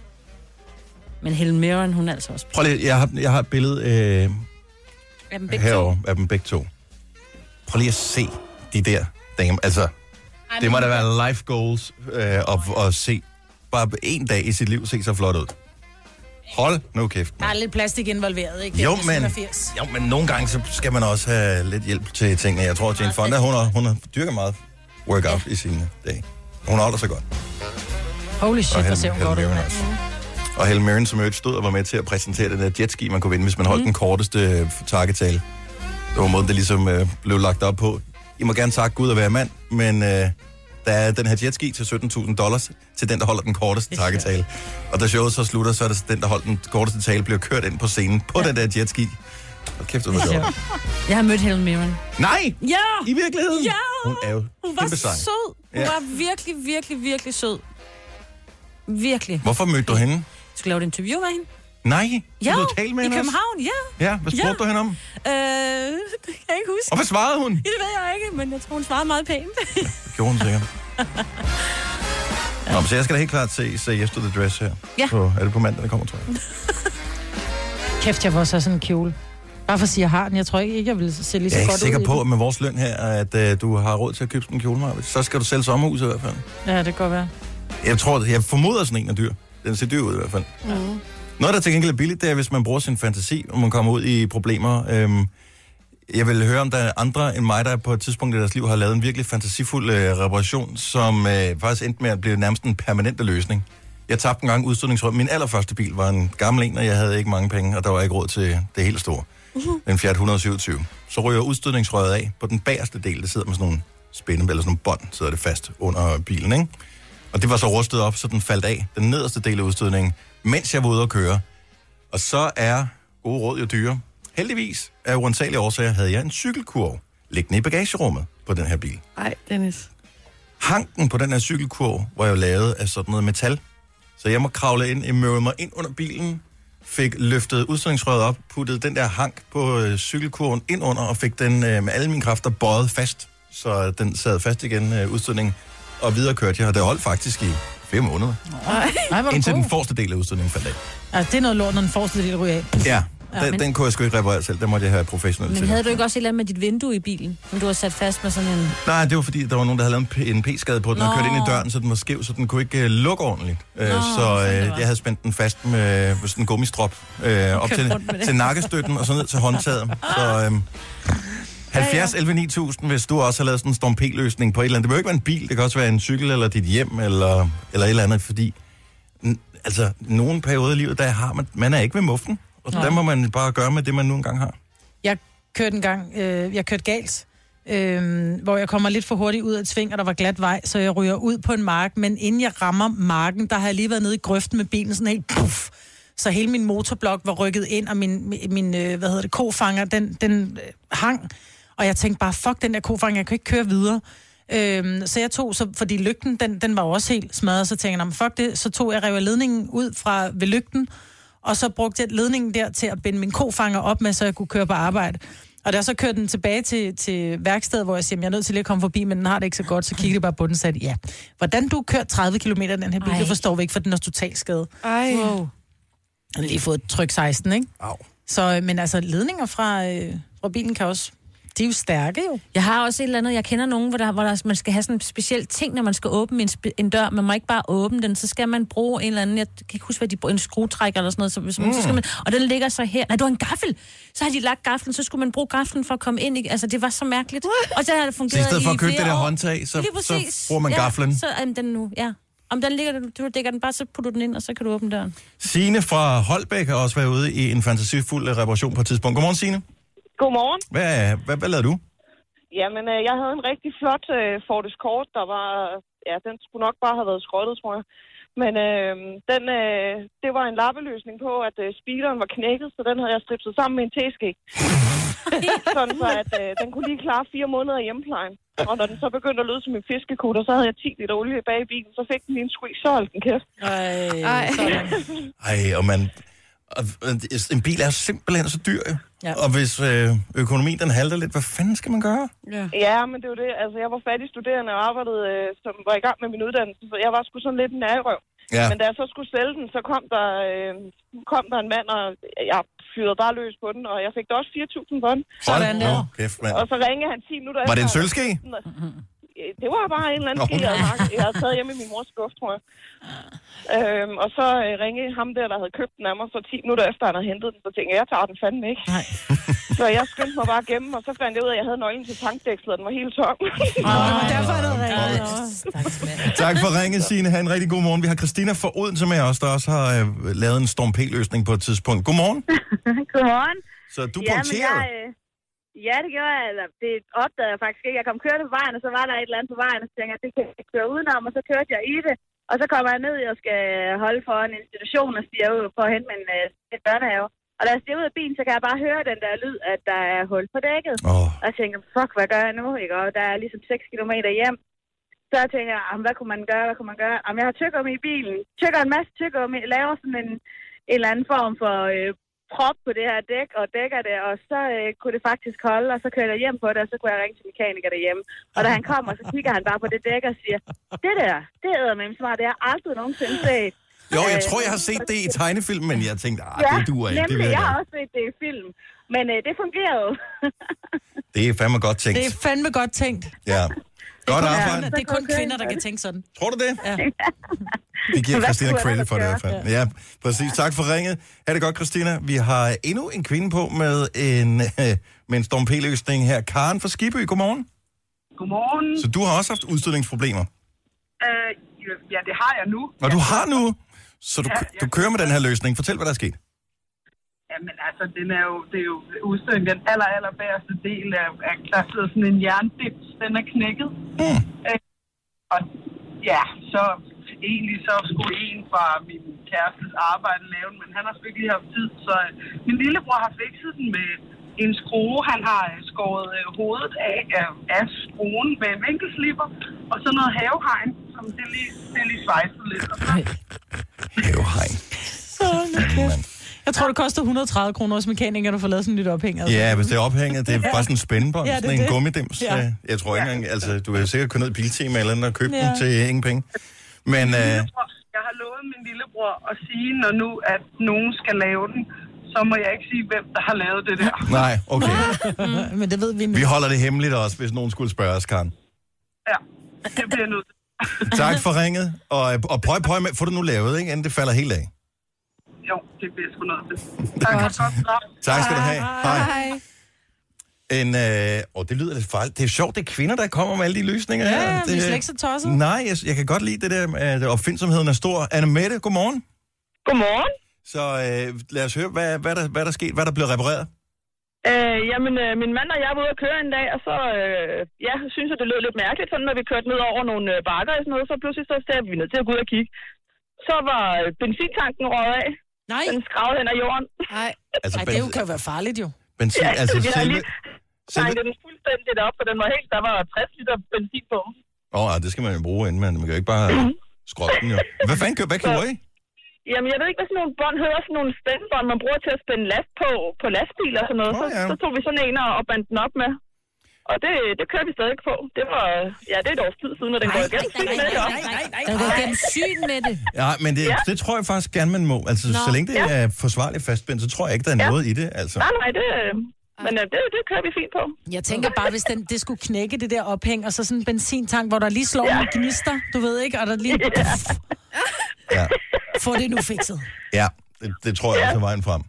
S4: Men Helen Mirren, hun er altså også pæn.
S1: Prøv lige, jeg har, jeg har et billede øh,
S4: Er dem begge
S1: herovre
S4: to?
S1: af dem begge to. Prøv lige at se de der damer. Altså, det må da være life goals øh, at, at se bare en dag i sit liv se så flot ud. Hold nu kæft.
S2: Der er lidt plastik involveret, ikke? Det er
S1: Jo,
S2: næsten
S1: men,
S2: af firs.
S1: jo, men nogle gange så skal man også have lidt hjælp til tingene. Jeg tror, at Jane Fonda, hun har, hun har dyrket meget workout i sine dage. Hun holder sig godt.
S2: Holy shit,
S1: Og
S2: hvor
S1: Helen-
S2: ser hun
S1: Helen
S2: godt ud.
S1: Mirren
S2: mand.
S1: også. Og Helen Mirren, som jo stod og var med til at præsentere den der jetski, man kunne vinde, hvis man holdt mm. den korteste øh, takketale. Det var måden, det ligesom øh, blev lagt op på. I må gerne takke Gud at være mand, men øh, der er den her jetski til sytten tusind dollars til den, der holder den korteste takketale. Og da showet så slutter, så er det den, der holder den korteste tale, bliver kørt ind på scenen på ja. den der jetski. Hold kæft, det var sjovt.
S4: Jeg har mødt Helen Mirren.
S1: Nej!
S4: Ja!
S1: I virkeligheden?
S4: Ja!
S1: Hun er jo
S4: Hun var
S1: kæmpe sej.
S4: sød. Hun
S1: Ja.
S4: var virkelig, virkelig, virkelig sød. Virkelig.
S1: Hvorfor mødte du hende?
S4: Du skal lave et interview med hende.
S1: Nej,
S4: Ja,
S1: du tale med
S4: i
S1: hende også?
S4: København, ja.
S1: Ja, hvad spurgte
S4: Ja.
S1: du hende om?
S4: Øh, det kan jeg ikke huske.
S1: Og hvad svarede hun?
S4: Ja, det ved jeg ikke, men jeg tror, hun svarede meget pænt.
S1: Det gjorde hun sikkert. Nå, men så jeg skal da helt klart se Say Yes to the Dress her.
S4: Ja.
S1: På, er det på mandag, der kommer, tror jeg?
S2: Kæft, jeg vil også have sådan en kjole. Bare for at sige, at jeg har den. Jeg tror ikke, jeg vil se lige så
S1: Jeg er
S2: godt
S1: ikke sikker
S2: ud i
S1: på,
S2: den.
S1: at med vores løn her, at uh, du har råd til at købe sådan en kjole, Marvitt. Så skal du sælge sommerhuset i hvert fald.
S2: Ja, det kan godt være.
S1: Jeg tror, jeg formoder sådan en er dyr. Den ser dyr ud i hvert fald.
S3: Mm.
S1: Noget, der til gengæld er billigt, det er, hvis man bruger sin fantasi, og man kommer ud i problemer. Øhm, jeg vil høre, om der er andre end mig, der på et tidspunkt i deres liv har lavet en virkelig fantasifuld øh, reparation, som øh, faktisk endte med at blive nærmest en permanent løsning. Jeg tabte en gang udstødningsrøret. Min allerførste bil var en gammel en, og jeg havde ikke mange penge, og der var ikke råd til det helt store. Uh-huh. En Fiat et hundrede syvogtyve. Så ryger udstødningsrøret af på den bagerste del. Det sidder med sådan nogle spænde, eller sådan nogle bånd, sidder det fast under bilen, ikke? Og det var så rustet op, så den faldt af, den nederste del af udstødningen, mens jeg var ude at køre. Og så er gode råd jo dyre. Heldigvis, af uansagelige årsager, havde jeg en cykelkurv liggende i bagagerummet på den her bil.
S3: Ej, Dennis.
S1: Hanken på den her cykelkurv var jo lavet af sådan noget metal. Så jeg må kravle ind, jeg mødte mig ind under bilen, fik løftet udstødningsrøret op, puttede den der hank på øh, cykelkurven ind under, og fik den øh, med alle mine kræfter bøjet fast, så den sad fast igen, øh, udstødningen, og videre kørte jeg, og det holdt faktisk i fire måneder.
S2: Ej,
S1: indtil den forreste del af udstødningen faldt af.
S2: Altså, det er noget lort, når den forreste del ryger af.
S1: Ja,
S2: Ja,
S1: den,
S2: men...
S1: den kunne jeg sgu ikke reparere selv, den måtte jeg have professionelt til.
S4: Men havde du ikke også et eller andet med dit vindue i bilen, som du har sat fast med sådan en...
S1: Nej, det var fordi, der var nogen, der havde lavet en p-skade på den, Nå. og kørt ind i døren, så den var skæv, så den kunne ikke uh, lukke ordentligt. Nå, uh, så uh, jeg havde spændt den fast med, med sådan en gummistrop uh, op til, til nakkestøtten og så ned til håndtaget. Så um, halvfjerds elleve ni tusind, hvis du også har lavet sådan en Storm P-løsning på et eller andet. Det behøver ikke være en bil, det kan også være en cykel eller dit hjem eller, eller et eller andet, fordi n- altså, nogle perioder i livet, der har man, man er ikke ved muften. Og der må man bare gøre med det, man nu engang har.
S2: Jeg kørte en gang, øh, jeg kørte galt, øh, hvor jeg kommer lidt for hurtigt ud af et sving, og der var glat vej, så jeg ryger ud på en mark, men inden jeg rammer marken, der har jeg lige været nede i grøften med bilen, sådan helt puff, så hele min motorblok var rykket ind, og min, min øh, hvad hedder det, kofanger, den, den øh, hang, og jeg tænkte bare, fuck den der kofanger, jeg kan ikke køre videre. Øhm, så jeg tog, så, fordi lygten, den, den var også helt smadret, så tænkte jeg, fuck det, så tog jeg rev ledningen ud fra ved lygten, og så brugte jeg ledningen der til at binde min kofanger op med, så jeg kunne køre på arbejde. Og da jeg så kørte den tilbage til, til værkstedet, hvor jeg siger, jeg er nødt til at komme forbi, men den har det ikke så godt, så kiggede jeg bare på den og sagde, ja, hvordan du kørt tredive kilometer den her bil, det forstår vi ikke, for den er totalt skade.
S3: Ej.
S2: Wow. Jeg har lige fået tryk seksten, ikke?
S1: Au.
S2: Så, men altså, ledninger fra, øh, fra bilen kan også... De er jo stærke, jo.
S4: Jeg har også et eller andet, jeg kender nogen, hvor, der, hvor der, man skal have sådan en speciel ting, når man skal åbne en, spe, en dør. Man må ikke bare åbne den, så skal man bruge en eller anden, jeg kan ikke huske, hvad de bruger, en skruetrækker eller sådan noget. Så, hvis man, mm. så skal man, og den ligger så her. Nej, du har en gaffel. Så har de lagt gaflen, så skulle man bruge gaflen for at komme ind. Altså, det var så mærkeligt. Og så har det fungeret i flere år. Så i stedet
S1: for at købe det der håndtag, så, så bruger man
S4: ja,
S1: gaflen.
S4: Så er den nu, ja. Om den ligger, du dækker den bare, så putter du den ind, og så kan du åbne døren.
S1: Signe fra Holbæk har også været ude i en fantasifuld reparation på et tidspunkt. Godmorgen, Signe.
S11: Godmorgen.
S1: Hvad, hvad, hvad lavede du?
S11: Jamen, øh, jeg havde en rigtig flot øh, Ford Escort, der var... Ja, den skulle nok bare have været skrottet, tror jeg. Men øh, den, øh, det var en lappeløsning på, at øh, speederen var knækket, så den havde jeg stripset sammen med en teske. Sådan så, at øh, den kunne lige klare fire måneder i hjemmeplejen. Og når den så begyndte at lyde som en fiskekutter, så havde jeg ti liter olie bag i bilen, så fik den lige en squeeze, så holdt den kæft.
S2: Ej, Ej.
S1: Ej, og man... Og en bil er simpelthen så dyr, ja. Og hvis øh, økonomien den halter lidt, hvad fanden skal man gøre?
S11: Ja. ja, men det var det. Altså, jeg var fattig studerende og arbejdede, øh, som var i gang med min uddannelse, så jeg var sgu sådan lidt en nærrøv. Ja. Men da jeg så skulle sælge den, så kom der, øh, kom der en mand, og jeg fyrede bare løs på den, og jeg fik da også fire tusind på den.
S2: Sådan der.
S1: Oh, kæft,
S11: og så ringede han ti minutter
S1: efter. Var det en sølvske?
S11: Det var bare en eller anden ske, jeg, jeg havde taget hjemme i min mors skuffe, tror jeg. Øhm, og så øh, ringede ham der, der havde købt den af mig, så ti minutter efter han havde hentet den, så tænkte jeg, jeg tager den fandme ikke. Nej. Så jeg skyndte mig bare gennem, og så fandt jeg ud af, at jeg havde nøglen til tankdækslet, og den var helt tom.
S2: Åh, derfor er det rigtigt.
S1: Tak for ringet, Signe. Ha' en rigtig god morgen. Vi har Christina fra Odense med os, der også har øh, lavet en Storm P-løsning på et tidspunkt. Godmorgen.
S12: Godmorgen.
S1: Så du punkterede?
S12: Ja, øh, ja, det gjorde jeg. Eller, det opdagede jeg faktisk ikke. Jeg kom kørende på vejen, og så var der et eller andet på vejen, og så tænkte jeg, det kan jeg køre udenom, og så kørte jeg i det. Og så kommer jeg ned, og skal holde for en institution og stiger ud for at hente min uh, børnehave. Og da jeg stiger ud af bilen, så kan jeg bare høre den der lyd, at der er hul på dækket. Oh. Og jeg tænker, fuck, hvad gør jeg nu? Ikke? Og der er ligesom seks kilometer hjem. Så jeg tænker, hvad kunne man gøre? Hvad kunne man gøre? Om jeg har tyggegummi i bilen. Tykker en masse tyggegummi, laver sådan en, en eller anden form for øh, prop på det her dæk, og dækker det, og så øh, kunne det faktisk holde, og så kørte jeg hjem på det, og så kunne jeg ringe til mekaniker derhjemme. Og da han kommer, så kigger han bare på det dæk og siger, det der, det er med smart, det har jeg aldrig nogensinde set.
S1: Jo, jeg tror, jeg har set det i tegnefilm, men jeg tænkte, ah,
S12: ja,
S1: det duer ikke.
S12: Nemlig,
S1: det
S12: jeg har også set det i film, men øh, det fungerede.
S1: Det er fandme godt tænkt.
S2: Det er fandme godt tænkt.
S1: Ja. Godt
S2: det
S1: arbejde.
S2: Det er kun kvinder, der kan tænke sådan.
S1: Tror du det?
S2: Ja.
S1: Vi giver
S13: Hvad
S1: Christina
S13: skulle jeg
S1: credit for det i hvert
S13: ellers
S1: fald. Ja, præcis. Tak for ringet. Ha' det godt, Christina. Vi har endnu en kvinde på med en, øh, med en Storm P-løsning her. Karen fra Skibby, godmorgen.
S14: Godmorgen.
S1: Så du har også haft udstødningsproblemer?
S14: Øh, ja, det har jeg nu.
S1: Og du har nu? Så du,
S14: Ja,
S1: du kører med den her løsning. Fortæl, hvad der er sket.
S14: Jamen altså, den er jo, det er jo udstødning, den aller, aller bæreste del af, af der sidder sådan en jerndips, den er knækket.
S1: Mm.
S14: Øh, og ja, så egentlig så skulle en fra min kærestes arbejde lave den, men han har sgu ikke lige haft tid, så øh, min lillebror har fikset den med en skrue. Han har øh, skåret øh, hovedet af, af, af skruen med vinkelslipper, og så noget havehegn, som det lige, det lige svejset lidt. Og så...
S1: Havehegn.
S2: Jeg tror, det koster et hundrede og tredive kroner hos mekanikere, at få lavet sådan et nyt ophæng. Altså.
S1: Ja, hvis det er ophænget, det er bare sådan en spændebånd,
S2: Ja,
S1: ja,
S2: det er
S1: sådan en
S2: det.
S1: gummidims.
S2: Ja.
S1: Jeg tror ikke engang, altså, du har sikkert kunnet ned i Biltema eller andet og købe
S2: Ja.
S1: den til ingen penge. Men
S14: Min
S1: øh,
S14: lillebror, jeg har lovet min lillebror at sige, når nu, at nogen skal lave den, så må jeg ikke sige, hvem der har lavet det der.
S1: nej, okay.
S2: Mm, men det ved vi nu.
S1: Vi holder det hemmeligt også, hvis nogen skulle spørge os, Karen.
S14: Ja, det bliver nødt til.
S1: Tak for ringet, og, og prøv, prøv med, få det nu lavet, ikke, inden det falder helt af.
S14: Jo, det bliver sgu nødt til. Tak for godt snak.
S1: Tak skal du have. Hej.
S3: Hej.
S1: En, øh, åh, det lyder lidt farligt. Det er sjovt, det er kvinder, der kommer med alle de løsninger
S2: Ja,
S1: her.
S2: vi er
S1: Det,
S2: slet ikke så tosset.
S1: nej, jeg, jeg kan godt lide det der, at opfindsomheden er stor. Anne-Mette, godmorgen.
S13: Godmorgen.
S1: Så øh, lad os høre, hvad, hvad, der, hvad der skete, hvad der blev repareret.
S13: Øh, jamen, øh, min mand og jeg var ude at køre en dag, og så øh, ja, synes jeg, det lød lidt mærkeligt, sådan, når vi kørte ned over nogle øh, bakker og sådan noget, så pludselig så sagde vi nødt til at gå ud og kigge. Så var øh, benzintanken røget af.
S2: Nej.
S13: Den skravede hen ad jorden.
S3: Nej.
S1: Altså,
S2: Ej, det jo kan jo være farligt jo.
S1: Benzin,
S13: Ja,
S1: altså
S13: vi har
S1: selve...
S13: lige tanket den fuldstændigt op, for den var helt, der var tres liter benzin på.
S1: Åh, oh, det skal man jo bruge inden, man, man kan jo ikke bare skrotte den jo. Hvad fanden gør, hvad gjorde I?
S13: Jamen, jeg ved ikke, hvad sådan nogle bånd hedder, sådan nogle spændbånd, man bruger til at spænde last på, på lastbiler og sådan noget.
S1: Åh,
S13: Så,
S1: ja.
S13: så tog vi sådan en og, og bandt den op med. Og det, det kører vi stadig på. Det var, ja, det er et års tid siden, når den går igennem.
S4: Den går igennem syn med det.
S1: Ja, men det,
S13: Ja.
S1: det tror jeg faktisk gerne, man må. Altså,
S4: Nå.
S1: så længe det
S13: Ja.
S1: er forsvarligt fastspændt, så tror jeg ikke, der er
S13: Ja.
S1: noget i det, altså.
S13: Nej, nej, det, men øh, det, det kører vi fint på.
S2: Jeg tænker bare, hvis den, det skulle knække det der ophæng, og så sådan en benzintank, hvor der lige slår ja. nogle gnister, du ved ikke, og der lige...
S1: Ja,
S2: Få det nu fikset.
S1: ja det, det tror jeg også er vejen frem.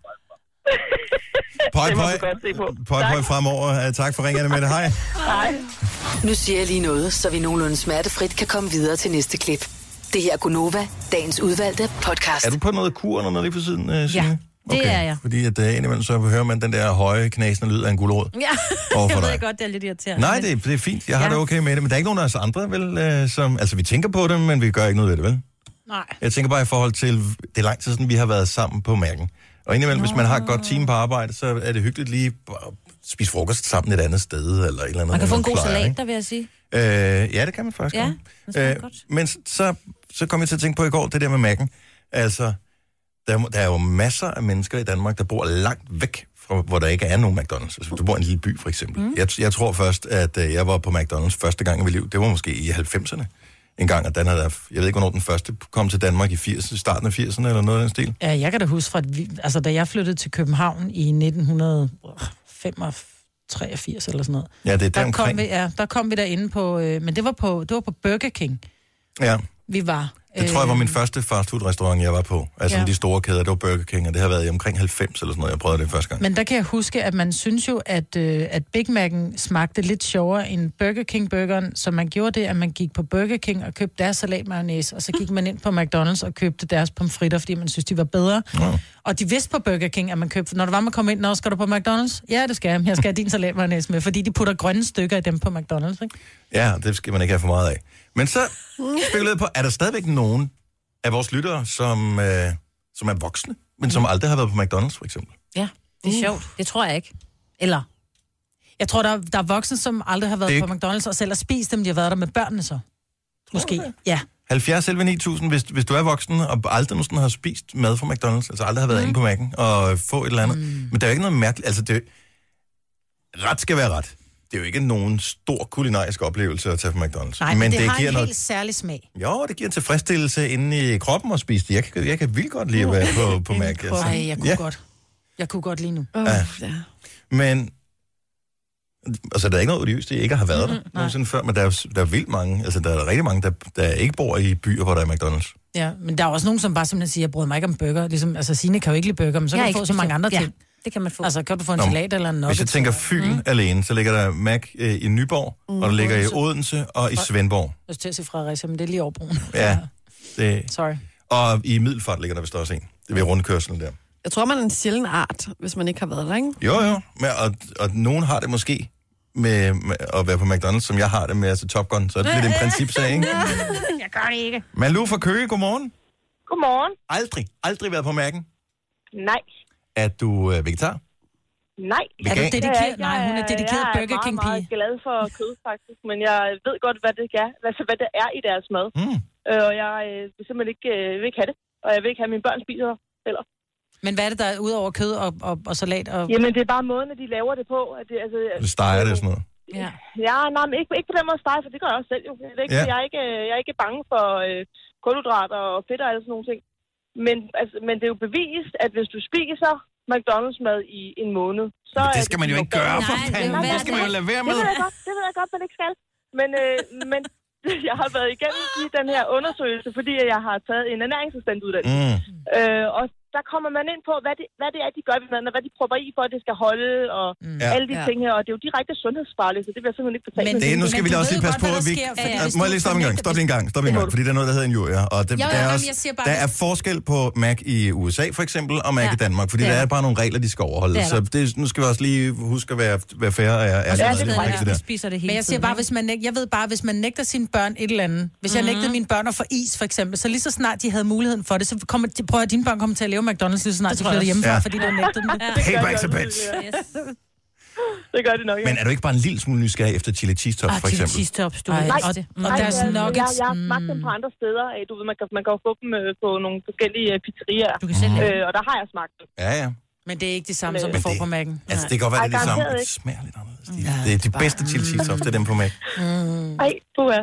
S1: Pøj,
S13: Det må
S1: pøj,
S13: vi godt se på.
S1: pøj, pøj
S13: Tak.
S1: fremover. Uh, tak for ringerne med det. Hej.
S13: Hej.
S7: Nu siger jeg lige noget, så vi nogenlunde smertefrit kan komme videre til næste klip. Det her er Gunova, dagens udvalgte podcast.
S1: Er du på noget kur eller noget lige for siden, uh, Signe?
S4: Ja, det er jeg.
S1: Fordi at uh, indimellem så hører man den der høje, knasende lyd af en gulerod.
S4: Ja,
S1: Overfor
S4: jeg ved
S1: dig.
S4: godt, det er lidt irriterende.
S1: Nej,
S4: men-
S1: det, er- det er fint. Jeg har
S4: Ja.
S1: det okay med det. Men der er ikke nogen af os andre, vel, uh, som... Altså, vi tænker på det, men vi gør ikke noget ved det, vel?
S2: Nej.
S1: Jeg tænker bare i forhold til... Det er lang tid siden, vi har været sammen på mærken. Og indimellem, Nå. hvis man har et godt team på arbejde, så er det hyggeligt lige at spise frokost sammen et andet sted, eller et eller andet.
S4: Man kan få en
S1: man
S4: god
S1: plejer,
S4: salat,
S1: ikke?
S4: der vil jeg sige.
S1: Øh, ja, det kan man faktisk
S4: Ja,
S1: godt.
S4: det smager
S1: Øh,
S4: godt.
S1: men så, så kom jeg til at tænke på i går, det der med Mac'en. Altså, der, er- der er jo masser af mennesker i Danmark, der bor langt væk fra, hvor der ikke er nogen McDonald's. Altså, hvis du bor i en lille by, for eksempel. Mm. Jeg, jeg tror først, at øh, jeg var på McDonald's første gang i mit liv. Det var måske i halvfemserne. En gang, og den havde, jeg ved ikke, hvornår den første kom til Danmark i firserne, starten af firserne, eller noget af den stil.
S2: Ja, jeg kan da huske fra, at vi, altså da jeg flyttede til København i nitten femogtres eller sådan noget.
S1: Ja, det er
S2: Der kom
S1: deromkring.
S2: vi, ja, der kom vi derinde på, øh, men det var på, det var på Burger King,
S1: Ja,
S2: vi var.
S1: det tror jeg var
S2: Øh,
S1: min første fastfood-restaurant, jeg var på. Altså
S2: Ja.
S1: de store kæder, det var Burger King, og det har været i omkring halvfems eller sådan noget, jeg prøvede det første gang.
S2: Men der kan jeg huske, at man synes jo, at, øh, at Big Mac'en smagte lidt sjovere end Burger King-burgeren, så man gjorde det, at man gik på Burger King og købte deres salatmayonnaise, og så gik man ind på McDonald's og købte deres pomfritter, fordi man synes, de var bedre.
S1: Ja.
S2: Og de vidste på Burger King, at man købte, når der var, man kom ind, når skal du på McDonald's? Ja, det skal jeg. Jeg skal have din salatmayonnaise med, fordi de putter grønne stykker i dem på McDonald's, ikke?
S1: Ja, det skal man ikke have for meget af. Men så spekulerede på, er der stadigvæk nogen af vores lyttere, som, øh, som er voksne, men som aldrig har været på McDonald's, for eksempel?
S4: Ja, det er sjovt. Det tror jeg ikke. Eller?
S2: Jeg tror, der, er- der er voksne, som aldrig har været
S1: Det er
S2: på McDonald's, og selv har spist dem, de har været der med børnene så. Måske, ja.
S1: halvfjerds elleve ni tusind, hvis, hvis du er voksen og aldrig nogensinde har spist mad fra McDonald's, altså aldrig har været mm. inde på Mac'en og få et eller andet. Mm. Men der er jo ikke noget mærkeligt. Altså, det, ret skal være ret. Det er jo ikke nogen stor kulinarisk oplevelse at tage på McDonald's.
S2: Nej, men, men det, det har
S1: giver
S2: en
S1: noget...
S2: helt særlig smag.
S1: Jo, det giver en tilfredsstillelse inde i kroppen at spise det. Jeg kan, jeg kan vildt godt lide at være på, på Mac. Altså.
S2: Ej, jeg kunne
S1: Ja.
S2: godt. Jeg kunne godt lige nu.
S3: Uh,
S1: Ja.
S3: ja.
S1: Men, altså, der er ikke noget odiøst, det ikke har været der
S2: Mm-mm,
S1: nogensinde før, men der er, jo- der er vildt mange, altså, der er rigtig mange, der, der ikke bor i byer, hvor der er McDonald's.
S2: Ja, men der er også nogen, som bare simpelthen siger, jeg bryder mig ikke om burger. Ligesom, altså, Signe kan jo ikke lide burger, men så kan du få så mange andre ting.
S4: Det kan man få.
S2: Altså, kan du få en
S1: Nå,
S2: salat eller en nugget?
S1: Hvis jeg tænker Fyn mm. alene, så ligger der Mac øh, i Nyborg, mm. og der ligger i Odense og i Svendborg.
S2: Jeg skal til at sige Fredericia, men det er lige over broen.
S1: Ja. Det...
S2: Sorry.
S1: Og i Middelfart ligger der vist også en. Det er ved rundkørslen der.
S3: Jeg tror, man er en sjælden art, hvis man ikke har været der, ikke?
S1: Jo, jo. Men, og, og nogen har det måske med, med at være på McDonald's, som jeg har det med altså Top Gun. Så er det lidt en principsag, ikke?
S4: Jeg gør det ikke.
S1: Malou fra Køge, godmorgen.
S11: Godmorgen.
S1: Aldrig, aldrig været på Mac'en.
S11: Nej.
S1: Er du øh, vegetar?
S11: Nej.
S1: Vegan? Er du
S2: dedikeret? Nej, hun er dedikeret Burger King pige.
S11: Jeg er meget, meget glad for kød, faktisk. Men jeg ved godt, hvad det er, altså, hvad det er i deres mad.
S1: Mm.
S11: Øh, og jeg øh, vil simpelthen ikke, øh, vil ikke have det. Og jeg vil ikke have, at mine børn spiser det heller.
S2: Men hvad er det, der er udover kød og, og, og salat? Og...
S11: Jamen, det er bare måden, at de laver det på. At det, altså,
S1: Du steger det og sådan noget?
S11: Ja, ja nej, men ikke, ikke på den måde stege, for det gør jeg også selv jo. Det er ikke,
S1: Ja.
S11: jeg, er ikke, jeg er ikke bange for øh, kulhydrater og fedt og sådan nogle ting. Men, altså, men det er jo bevist, at hvis du spiser McDonald's-mad i en måned, så...
S1: Men det skal man jo ikke gøre, for fanden. Det skal man jo lade være med.
S11: Det ved jeg godt, det ved jeg godt, man ikke skal. Men, øh, men jeg har været igennem i den her undersøgelse, fordi jeg har taget en ernæringsassistentuddannelse. Mm. Øh, og der kommer man ind på, hvad det, hvad det er, de gør ved maden, og hvad de prøver i for, at det skal holde, og mm.
S1: Ja.
S11: alle de
S3: Ja.
S11: ting her. Og det er jo direkte sundhedsfarligt, så det vil jeg simpelthen ikke fortælle.
S2: Men
S1: Det, nu skal
S2: Men
S1: vi
S2: du
S1: da også
S2: ved
S1: lige passe
S2: godt,
S1: på,
S2: hvad
S1: at
S2: der
S1: vi...
S2: sker, fordi
S1: Ja,
S2: hvis
S1: må
S2: du
S1: jeg lige stoppe en gang?
S2: fornægter-
S1: Stop lige en gang. Stop lige en gang, fordi der er noget, der hedder en jury. Og det,
S2: Jo,
S1: der,
S2: jo,
S1: er
S2: men
S1: også,
S2: jeg siger bare,
S1: der er forskel på Mac i U S A, for eksempel, og Mac
S4: Ja.
S1: i Danmark, fordi
S4: Det er
S1: der er
S4: der.
S1: bare nogle regler, de skal overholde.
S4: Det er
S1: Så
S4: der.
S1: det, nu skal vi også lige huske at være, være fair og ærlige.
S4: Ja, det
S1: med
S4: ved
S1: det
S4: jeg,
S1: der.
S4: vi spiser det hele
S2: Men jeg siger
S4: tiden,
S2: bare,
S4: ikke?
S2: hvis man næg- jeg ved bare, hvis man nægter sine børn et eller andet. Hvis jeg nægtede mine børn at få is, for eksempel, så lige så snart de havde muligheden for det, så kommer de, prøver at dine børn kommer til at leve McDonald's lige så snart de
S4: tror jeg
S2: flytter hjemmefra,
S1: også.
S2: fordi du har nægtet dem det.
S1: Payback's a bitch.
S11: Det gør de nok, ja.
S1: Men er du ikke bare en lille smule nysgerrig efter chili cheese tops,
S4: Ah,
S1: for
S4: chili
S1: eksempel?
S4: cheese tops, du
S2: Ej,
S4: ved
S2: og-
S4: også det.
S2: og
S11: Nej,
S2: deres
S11: jeg,
S2: nuggets.
S11: Jeg, jeg har smagt dem på andre steder. af. Du ved, man kan, man kan jo få dem øh, på nogle forskellige øh, pizzerier.
S4: Du kan selv lave
S11: Øh, og der har jeg smagt dem.
S1: Ja, ja.
S2: Men det er ikke det samme, som
S11: Men
S2: du får
S1: det-
S2: på Mac'en.
S1: Altså, det kan godt være,
S11: Ej,
S1: det er det samme.
S11: garanteret
S1: Det
S11: ikke.
S1: smager lidt anderledes. Det, det er de bedste chili cheese tops, det er dem på Mac.
S11: Ej, du er.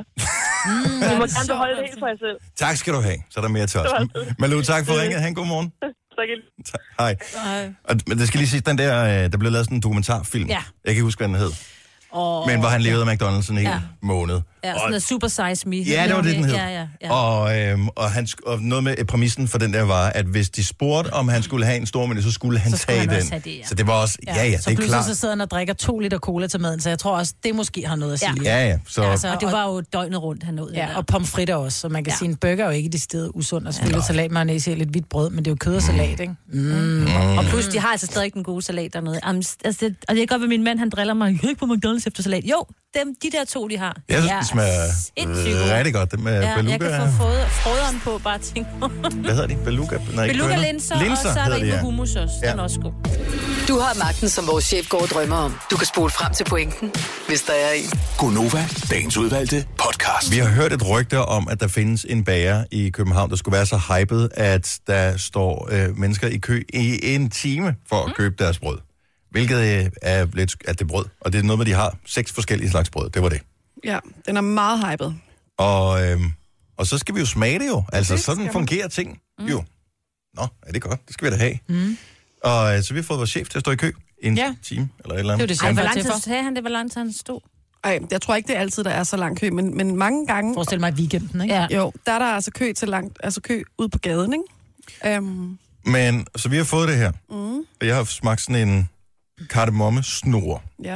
S11: Du må gerne beholde det helt for jer selv.
S1: Tak skal du have, så er der mere til os. Malou, tak for ringet. Ha' en god morgen.
S11: Tak i lige.
S1: Tak. Hej. Og, men det skal lige sige, den der, øh, der blev lavet sådan en dokumentarfilm.
S4: Ja.
S1: Jeg kan ikke huske, hvad den hed.
S4: Oh,
S1: Men hvor han levede af McDonald's en hel
S4: Ja.
S1: måned.
S4: Ja, sådan
S1: Og-
S4: noget super size me.
S1: Ja, det var det, den hed.
S4: Ja, ja, ja.
S1: Og, øhm, og, han, sk- og noget med præmissen for den der var, at hvis de spurgte, om han skulle have en stor menu, så skulle han
S2: Så skulle
S1: tage
S2: han
S1: den.
S2: også have det, ja.
S1: Så det var også, ja, ja,
S2: så
S1: det er
S2: pludselig
S1: klart.
S2: så sidder han og drikker to liter cola til maden, så jeg tror også, det måske har noget at sige.
S1: Ja, ja. Så,
S2: Altså,
S4: Og det var jo døgnet rundt, han nåede.
S2: Ja, og pomfritter også, så man kan
S4: Ja.
S2: ja. sige, en burger er jo ikke det sted usund, og selvfølgelig salat, mayonnaise og lidt hvidt brød, men det er jo kød og salat, ikke? Mm.
S1: Mm.
S4: Og plus, de har altså stadig den gode salat dernede. Am, altså, det, og det er godt, at min mand, han driller mig, jeg ikke på McDonald's efter salat. Jo, dem, de der to, de har.
S1: jeg synes,
S4: Ja,
S1: det smager
S4: sindssygt gode.
S1: rigtig godt. Det med
S4: Ja, jeg
S1: beluga.
S4: kan få fod- froderen på, bare tænke.
S1: Hvad hedder de? Beluga? Nej, ikke bønner.
S4: Beluga-linser, og så er der
S1: hedder
S4: en
S1: de,
S4: med
S1: ja.
S4: hummus også. Den
S1: Ja.
S4: er også god.
S7: Du har magten, som vores chef går og drømmer om. Du kan spole frem til pointen, hvis der er en.
S5: Gonova, dagens udvalgte podcast.
S1: Vi har hørt et rygte om, at der findes en bager i København, der skulle være så hyped, at der står øh, mennesker i kø i en time for at mm. købe deres brød. Hvilket øh, er lidt at det er brød. Og det er noget med, de har seks forskellige slags brød. Det var det.
S3: Ja, den er meget hyped.
S1: Og, øh, og så skal vi jo smage det jo. Altså,
S3: det
S1: sådan
S3: skal
S1: fungerer ting jo. Nå, er det godt? Det skal vi da have.
S2: Mm.
S1: Og øh, så vi har fået vores chef til at stå i kø i en
S2: Ja.
S1: time, eller et eller andet.
S2: Det er jo det
S4: Ej,
S2: samme,
S4: hvor
S2: for
S4: lang
S2: til
S4: tid
S2: for.
S4: sagde han det? Hvor lang tid han stod?
S3: Ej, jeg tror ikke, det er altid, der er så lang kø, men, men mange gange...
S2: Forestil mig i weekenden, ikke?
S4: Ja.
S3: Jo, der er der altså kø til langt, altså kø ud på gaden, ikke? Um,
S1: Men, så vi har fået det her.
S3: mm,
S1: Og jeg har smagt sådan en kardemomme-snor.
S3: ja,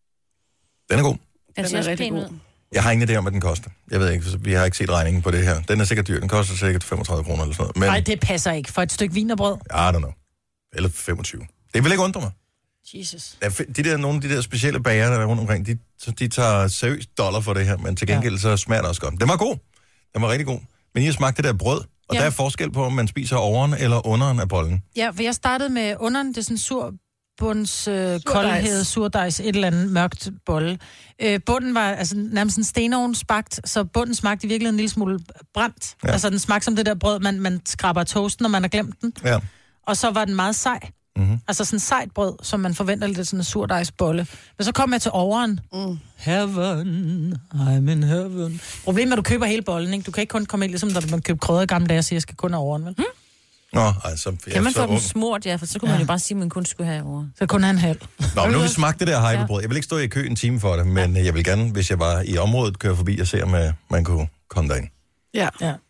S1: Den er god.
S4: Den
S3: den
S4: ser
S3: er
S4: også
S3: rigtig
S4: pæn
S3: god.
S4: ud.
S1: Jeg har ingen idé om, hvad den koster. Jeg ved ikke, vi har ikke set regningen på det her. Den er sikkert dyr. Den koster sikkert femogtredive kroner eller sådan noget. Men,
S2: Nej, det passer ikke. For et stykke wienerbrød.
S1: I don't know. Eller femogtyve. Det vil ikke undre mig.
S2: Jesus.
S1: Der er fe- De der, nogle af de der specielle bager, der er rundt omkring, de, så de tager seriøst dollar for det her, men til gengæld så smager det også godt. Den var god. Den var rigtig god. Men I har smagt det der brød, og
S2: Ja.
S1: der er forskel på, om man spiser overen eller underen af bollen.
S2: Ja, for jeg startede med underen, det er sådan sur bunds, øh,
S3: Surdejs.
S2: koldhed, surdejs, et eller andet mørkt bolle. Øh, bunden var altså nærmest en stenovnsbagt, så bunden smagte i virkeligheden en lille smule brændt.
S1: Ja.
S2: Ja. Altså den smagte som det der brød, man, man skraber af toasten, når man har glemt den.
S1: Ja.
S2: Og så var den meget sej.
S1: Mm-hmm.
S2: Altså sådan sejt brød, som man forventer lidt sådan en surdejsbolle. Men så kom jeg til overen.
S3: Mm.
S2: Heaven, I'm in heaven. Problemet er, at du køber hele bollen, ikke? Du kan ikke kun komme ind, ligesom når man køber krydder i gamle dage, og siger, jeg skal kun have overen, vel? Hmm?
S1: Nå, altså... jeg
S4: Kan
S1: er
S4: man
S1: så
S4: få dem
S1: ung.
S4: smurt, ja, for så kunne ja. man jo bare sige, at man kun skulle have over.
S2: Så kun have en halv.
S1: Nå, men nu har vi smagt det der hypebrød. Jeg vil ikke stå i kø en time for det, men jeg vil gerne, hvis jeg var i området, køre forbi og se, om uh, man kunne komme derind.
S3: Ja.
S2: ja.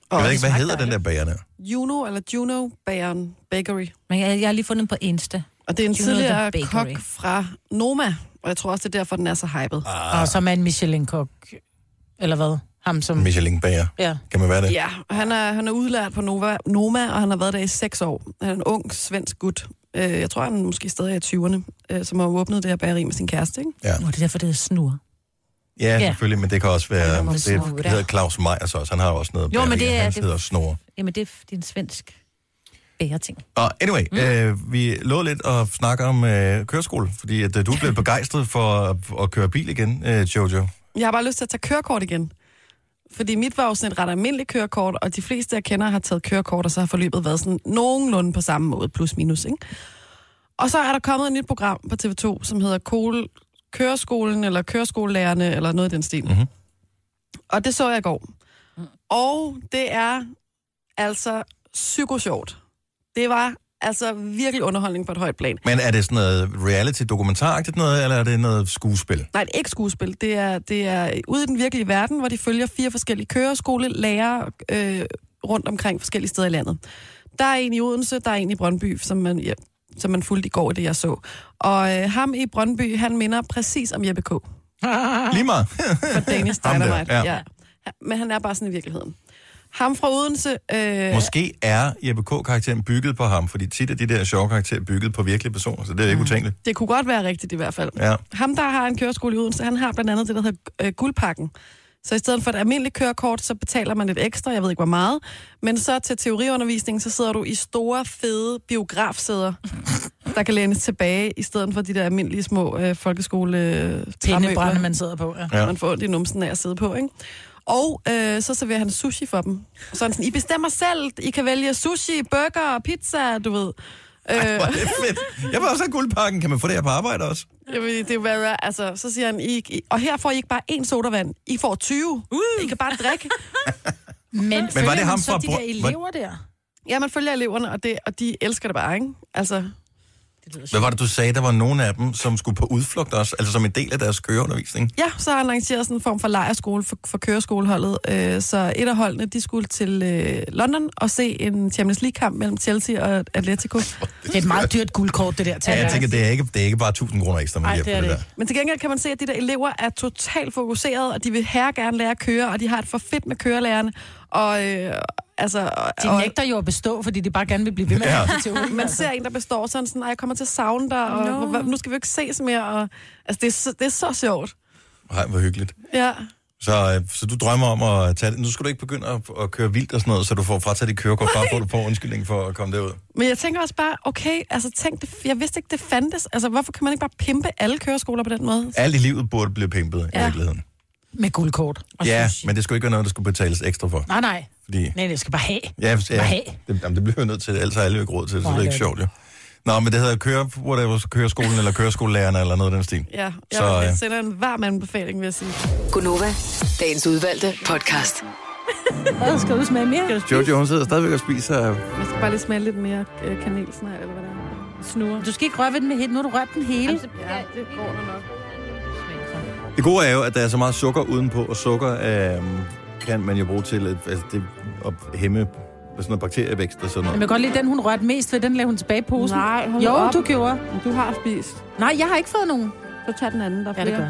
S1: Jeg ved ikke, hvad hedder den der bager der?
S3: Juno, eller Juno Bageren Bakery.
S4: Men jeg, jeg har lige fundet den på Insta.
S3: Og det er en
S4: Juno
S3: tidligere
S4: the Bakery.
S3: kok fra Noma, og jeg tror også, det er derfor, den er så hyped.
S2: Ah. Og som er en Michelin-kok. Eller hvad? Ham som...
S1: Michelin-bager.
S2: Ja.
S1: Kan man være det?
S3: Ja, og han er, han er udlært på Nova, Noma, og han har været der i seks år. Han er en ung svensk gut. Øh, jeg tror, han måske stadig er i tyverne, øh, som har åbnet det her bageri med sin kæreste, ikke?
S1: Ja.
S4: Nå, det er derfor, det er snur.
S1: Ja, selvfølgelig, men det kan også være...
S4: Ja,
S1: det
S4: snor,
S1: hedder Claus Meyers også. Han har også noget
S4: Jo, men
S1: bageri,
S4: det er...
S1: han
S4: Det,
S1: hedder Snor.
S4: jamen, det er, det er en svensk bagerting.
S1: Og anyway, mm. øh, vi lå lidt og snakke om øh, køreskole, fordi at, øh, du blev begejstret for at, at køre bil igen, øh, Jojo.
S3: Jeg har bare lyst til at tage kørekort igen. Fordi mit var jo sådan et ret almindeligt kørekort, og de fleste, jeg kender, har taget kørekort, og så har forløbet været sådan nogenlunde på samme måde, plus minus, ikke? Og så er der kommet et nyt program på T V to, som hedder Kol- Køreskolen, eller Køreskolelærerne, eller noget i den stil.
S1: Mm-hmm.
S3: Og det så jeg i går. Og det er altså psykosjovt. Det var altså virkelig underholdning på et højt plan.
S1: Men er det sådan noget reality-dokumentaragtigt noget, eller er det noget skuespil?
S3: Nej, det er ikke skuespil. Det er, det er ude i den virkelige verden, hvor de følger fire forskellige køreskolelærere øh, rundt omkring forskellige steder i landet. Der er en i Odense, der er en i Brøndby, som man, ja, som man fulgte i går, det jeg så. Og øh, ham i Brøndby, han minder præcis om Jeppe K.
S1: Lige meget.
S3: For Danish
S1: Ham der,
S3: Dynamite.
S1: ja.
S3: Ja. Men han er bare sådan i virkeligheden. Ham fra Odense... Øh,
S1: Måske er Jeppe K-karakteren bygget på ham, fordi tit er de der sjove karakterer bygget på virkelige personer, så det er ikke utænkeligt.
S3: Det kunne godt være rigtigt i hvert fald.
S1: Ja.
S3: Ham, der har en køreskole i Odense, han har blandt andet det, der hedder øh, guldpakken. Så i stedet for et almindeligt kørekort, så betaler man lidt ekstra, jeg ved ikke hvor meget. Men så til teoriundervisning, så sidder du i store, fede biografsæder, der kan lænes tilbage, i stedet for de der almindelige små øh, folkeskole øh,
S2: Pindebrænde, man sidder på, ja.
S3: Ja. Man får ondt i numsen af at sidde på, ikke? Og øh, så serverer han sushi for dem. Så sådan, I bestemmer selv. I kan vælge sushi, burger, pizza, du ved.
S1: Ej, hvor er det fedt. Jeg vil også have guldpakken. Kan man få det her på arbejde også?
S3: Jamen, det er være, altså, så siger han, I, I, og her får I ikke bare én sodavand. I får tyve. Uh. I kan bare drikke.
S2: Men, Men
S1: var det ham
S2: så
S1: fra
S2: de der elever der?
S3: Ja, man følger eleverne, og, det, og de elsker det bare, ikke? Altså...
S1: Hvad var det, du sagde? Der var nogle af dem, som skulle på udflugt også, altså som en del af deres køreundervisning.
S3: Ja, så har han lanceret sådan en form for lejrskole for, for køreskoleholdet. Øh, så et af holdene, de skulle til øh, London og se en Champions League-kamp mellem Chelsea og Atletico.
S2: Det er et meget dyrt guldkort, det der.
S1: Ja, jeg tænker, det er ikke, det er ikke bare tusind kroner ekstra, man
S3: Nej,
S1: giver
S3: det
S1: for
S3: er
S1: det,
S3: det
S1: der.
S3: ikke. Men til gengæld kan man se, at de der elever er totalt fokuseret, og de vil her gerne lære at køre, og de har et for fedt med kørelærerne. Og, øh, altså,
S2: de
S3: og,
S2: nægter jo at bestå, fordi de bare gerne vil blive ved med
S1: Ja.
S2: at teori.
S3: man ser en, der består sådan, sådan, jeg kommer til at savne dig, og
S2: No.
S3: no. nu skal vi ikke ses mere. Og, altså, det er, så, det er så sjovt.
S1: Nej, hvor hyggeligt.
S3: Ja.
S1: Så, øh, så du drømmer om at tage det. Nu skal du ikke begynde at, at køre vildt og sådan noget, så du får frataget dit kørekort, bare for at du får undskyldning for at komme derud.
S3: Men jeg tænker også bare, okay, altså tænk, det, jeg vidste ikke, det fandtes. Altså, hvorfor kan man ikke bare pimpe alle køreskoler på den måde?
S1: Alt i livet burde blive pimpet ja. i virkeligheden.
S2: Med guldkort. Og
S1: Ja,
S2: sushi.
S1: men det skulle ikke være noget, der skulle betales ekstra for.
S2: Nej, nej.
S1: Fordi,
S2: Nej, det skal bare have.
S1: ja, ja,
S2: Bare have.
S1: det, jamen, det bliver jo nødt til, ellers har alle jo ikke råd til det, så
S2: Nej,
S1: det er ikke
S2: det er
S1: sjovt jo. Nå, men det hedder køre, whatever, køreskolen eller køreskolelærerne eller noget af den stil.
S3: Ja, jeg,
S1: Så,
S3: så, jeg
S1: øh,
S3: sender en varm anbefaling, vil jeg sige.
S7: Gunova, dagens udvalgte podcast.
S2: Hvad skal du smage mere?
S1: Jojo, hun sidder stadigvæk og spiser.
S3: Jeg skal bare lige smage lidt mere øh, kanelsnegl, eller hvad det er.
S2: Snure. Du skal ikke røre ved den med helt. Nu har du rørt den hele.
S3: Ja, det går der nok.
S1: Det gode er jo, at der er så meget sukker udenpå, og sukker øh, kan man jo bruge til at, altså det, at hæmme sådan noget bakterievækst og sådan noget.
S2: Jeg kan godt lide den, hun rørte mest ved. Den lavede hun tilbage i posen.
S3: Nej, hold
S2: Jo,
S3: op.
S2: du gjorde.
S3: Du har spist.
S2: Nej, jeg har ikke fået nogen.
S3: Så tag den anden, der er
S2: Ja,
S3: flere.
S2: det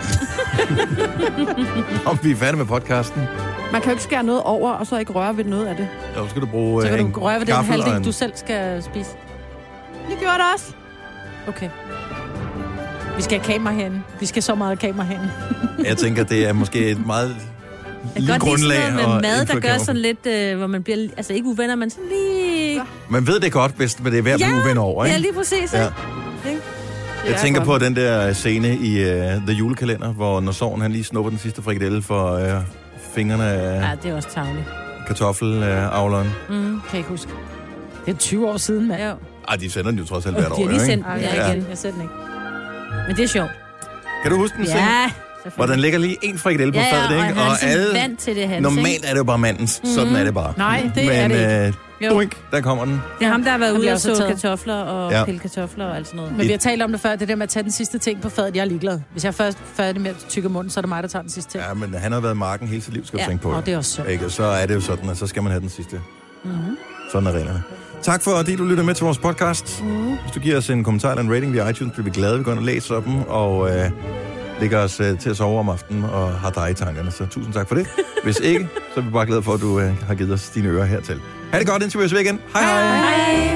S2: gør
S1: Om vi er færdige med podcasten,
S3: Man kan jo ikke skære noget over, og så ikke røre ved noget af det.
S1: så skal du bruge
S2: Så
S1: øh,
S2: kan
S1: en
S2: du røre ved den
S1: gaffel og
S2: halvdel,
S1: en-
S2: du selv skal spise.
S3: Det gjorde det også.
S2: Okay. Vi skal have kamera herinde. Vi skal så meget kamera herinde.
S1: Jeg tænker, det er måske et meget
S4: Jeg kan
S1: lille
S4: godt lide
S1: grundlag
S4: sådan noget med
S1: at
S4: mad, der
S1: indføre
S4: gør
S1: kamera.
S4: sådan lidt, øh, hvor man bliver, altså ikke uvenner, men sådan lige...
S1: Man ved det godt, hvis det er værd at blive uvenner over, ikke?
S4: Ja, lige præcis,
S1: Ja.
S4: ikke?
S1: Jeg tænker på den der scene i uh, The Julekalender, hvor når Sorgen han lige snupper den sidste frikadelle for uh, fingrene af
S4: Ja, det er også tarveligt.
S1: kartoffelavleren.
S4: Mm.
S2: Kan jeg ikke huske. Det er tyve år siden, mand.
S4: Ja.
S1: Ej, de sender den jo trods alt hvert år,
S4: De har lige
S1: ikke?
S4: sendt den, ja,
S2: Ja.
S4: igen.
S2: Jeg ser den ikke.
S4: Men det er sjovt.
S1: Kan du huske den scene?
S4: Ja,
S1: hvor den ligger lige en frikadelle på
S4: Ja, ja,
S1: fadet,
S4: og
S1: ikke?
S4: han er
S1: Og
S4: ligesom
S1: alle...
S4: vant til det, Hans,
S1: Normalt
S4: ikke?
S1: er det jo bare mandens. Mm-hmm. Sådan er det bare.
S2: Nej, det
S1: Men,
S2: er det ikke.
S1: Øh, Doink, der kommer den.
S4: Det er ham, der har været
S2: Han
S4: ude
S2: bliver
S4: og
S2: også
S4: så
S2: taget.
S4: kartofler og
S1: Ja.
S4: ja. pille kartofler og alt sådan noget.
S2: Men vi har talt om det før, det der med at tage den sidste ting på fadet, jeg er ligeglad. Hvis jeg er først færdig med at tykke munden, så er det mig, der tager den sidste ting.
S1: Ja, men han har været i marken hele sit liv, skal du
S2: Ja,
S1: tænke på.
S2: og det er også synd.
S1: Ikke? Og så er det jo sådan, at så skal man have den sidste.
S2: Mm-hmm.
S1: Sådan er reglerne. Tak for, at du lytter med til vores podcast. Mm. Hvis du giver os en kommentar eller en rating via iTunes, bliver vi glade. Vi går ind og læser dem, og øh, lægger os øh, til at sove om aftenen og har dig i tankerne. Så tusind tak for det. Hvis ikke, så er vi bare glade for, at du øh, har givet os dine ører hertil. Ha' det godt, indtil vi ses ved igen. Hej hej!
S4: Hej!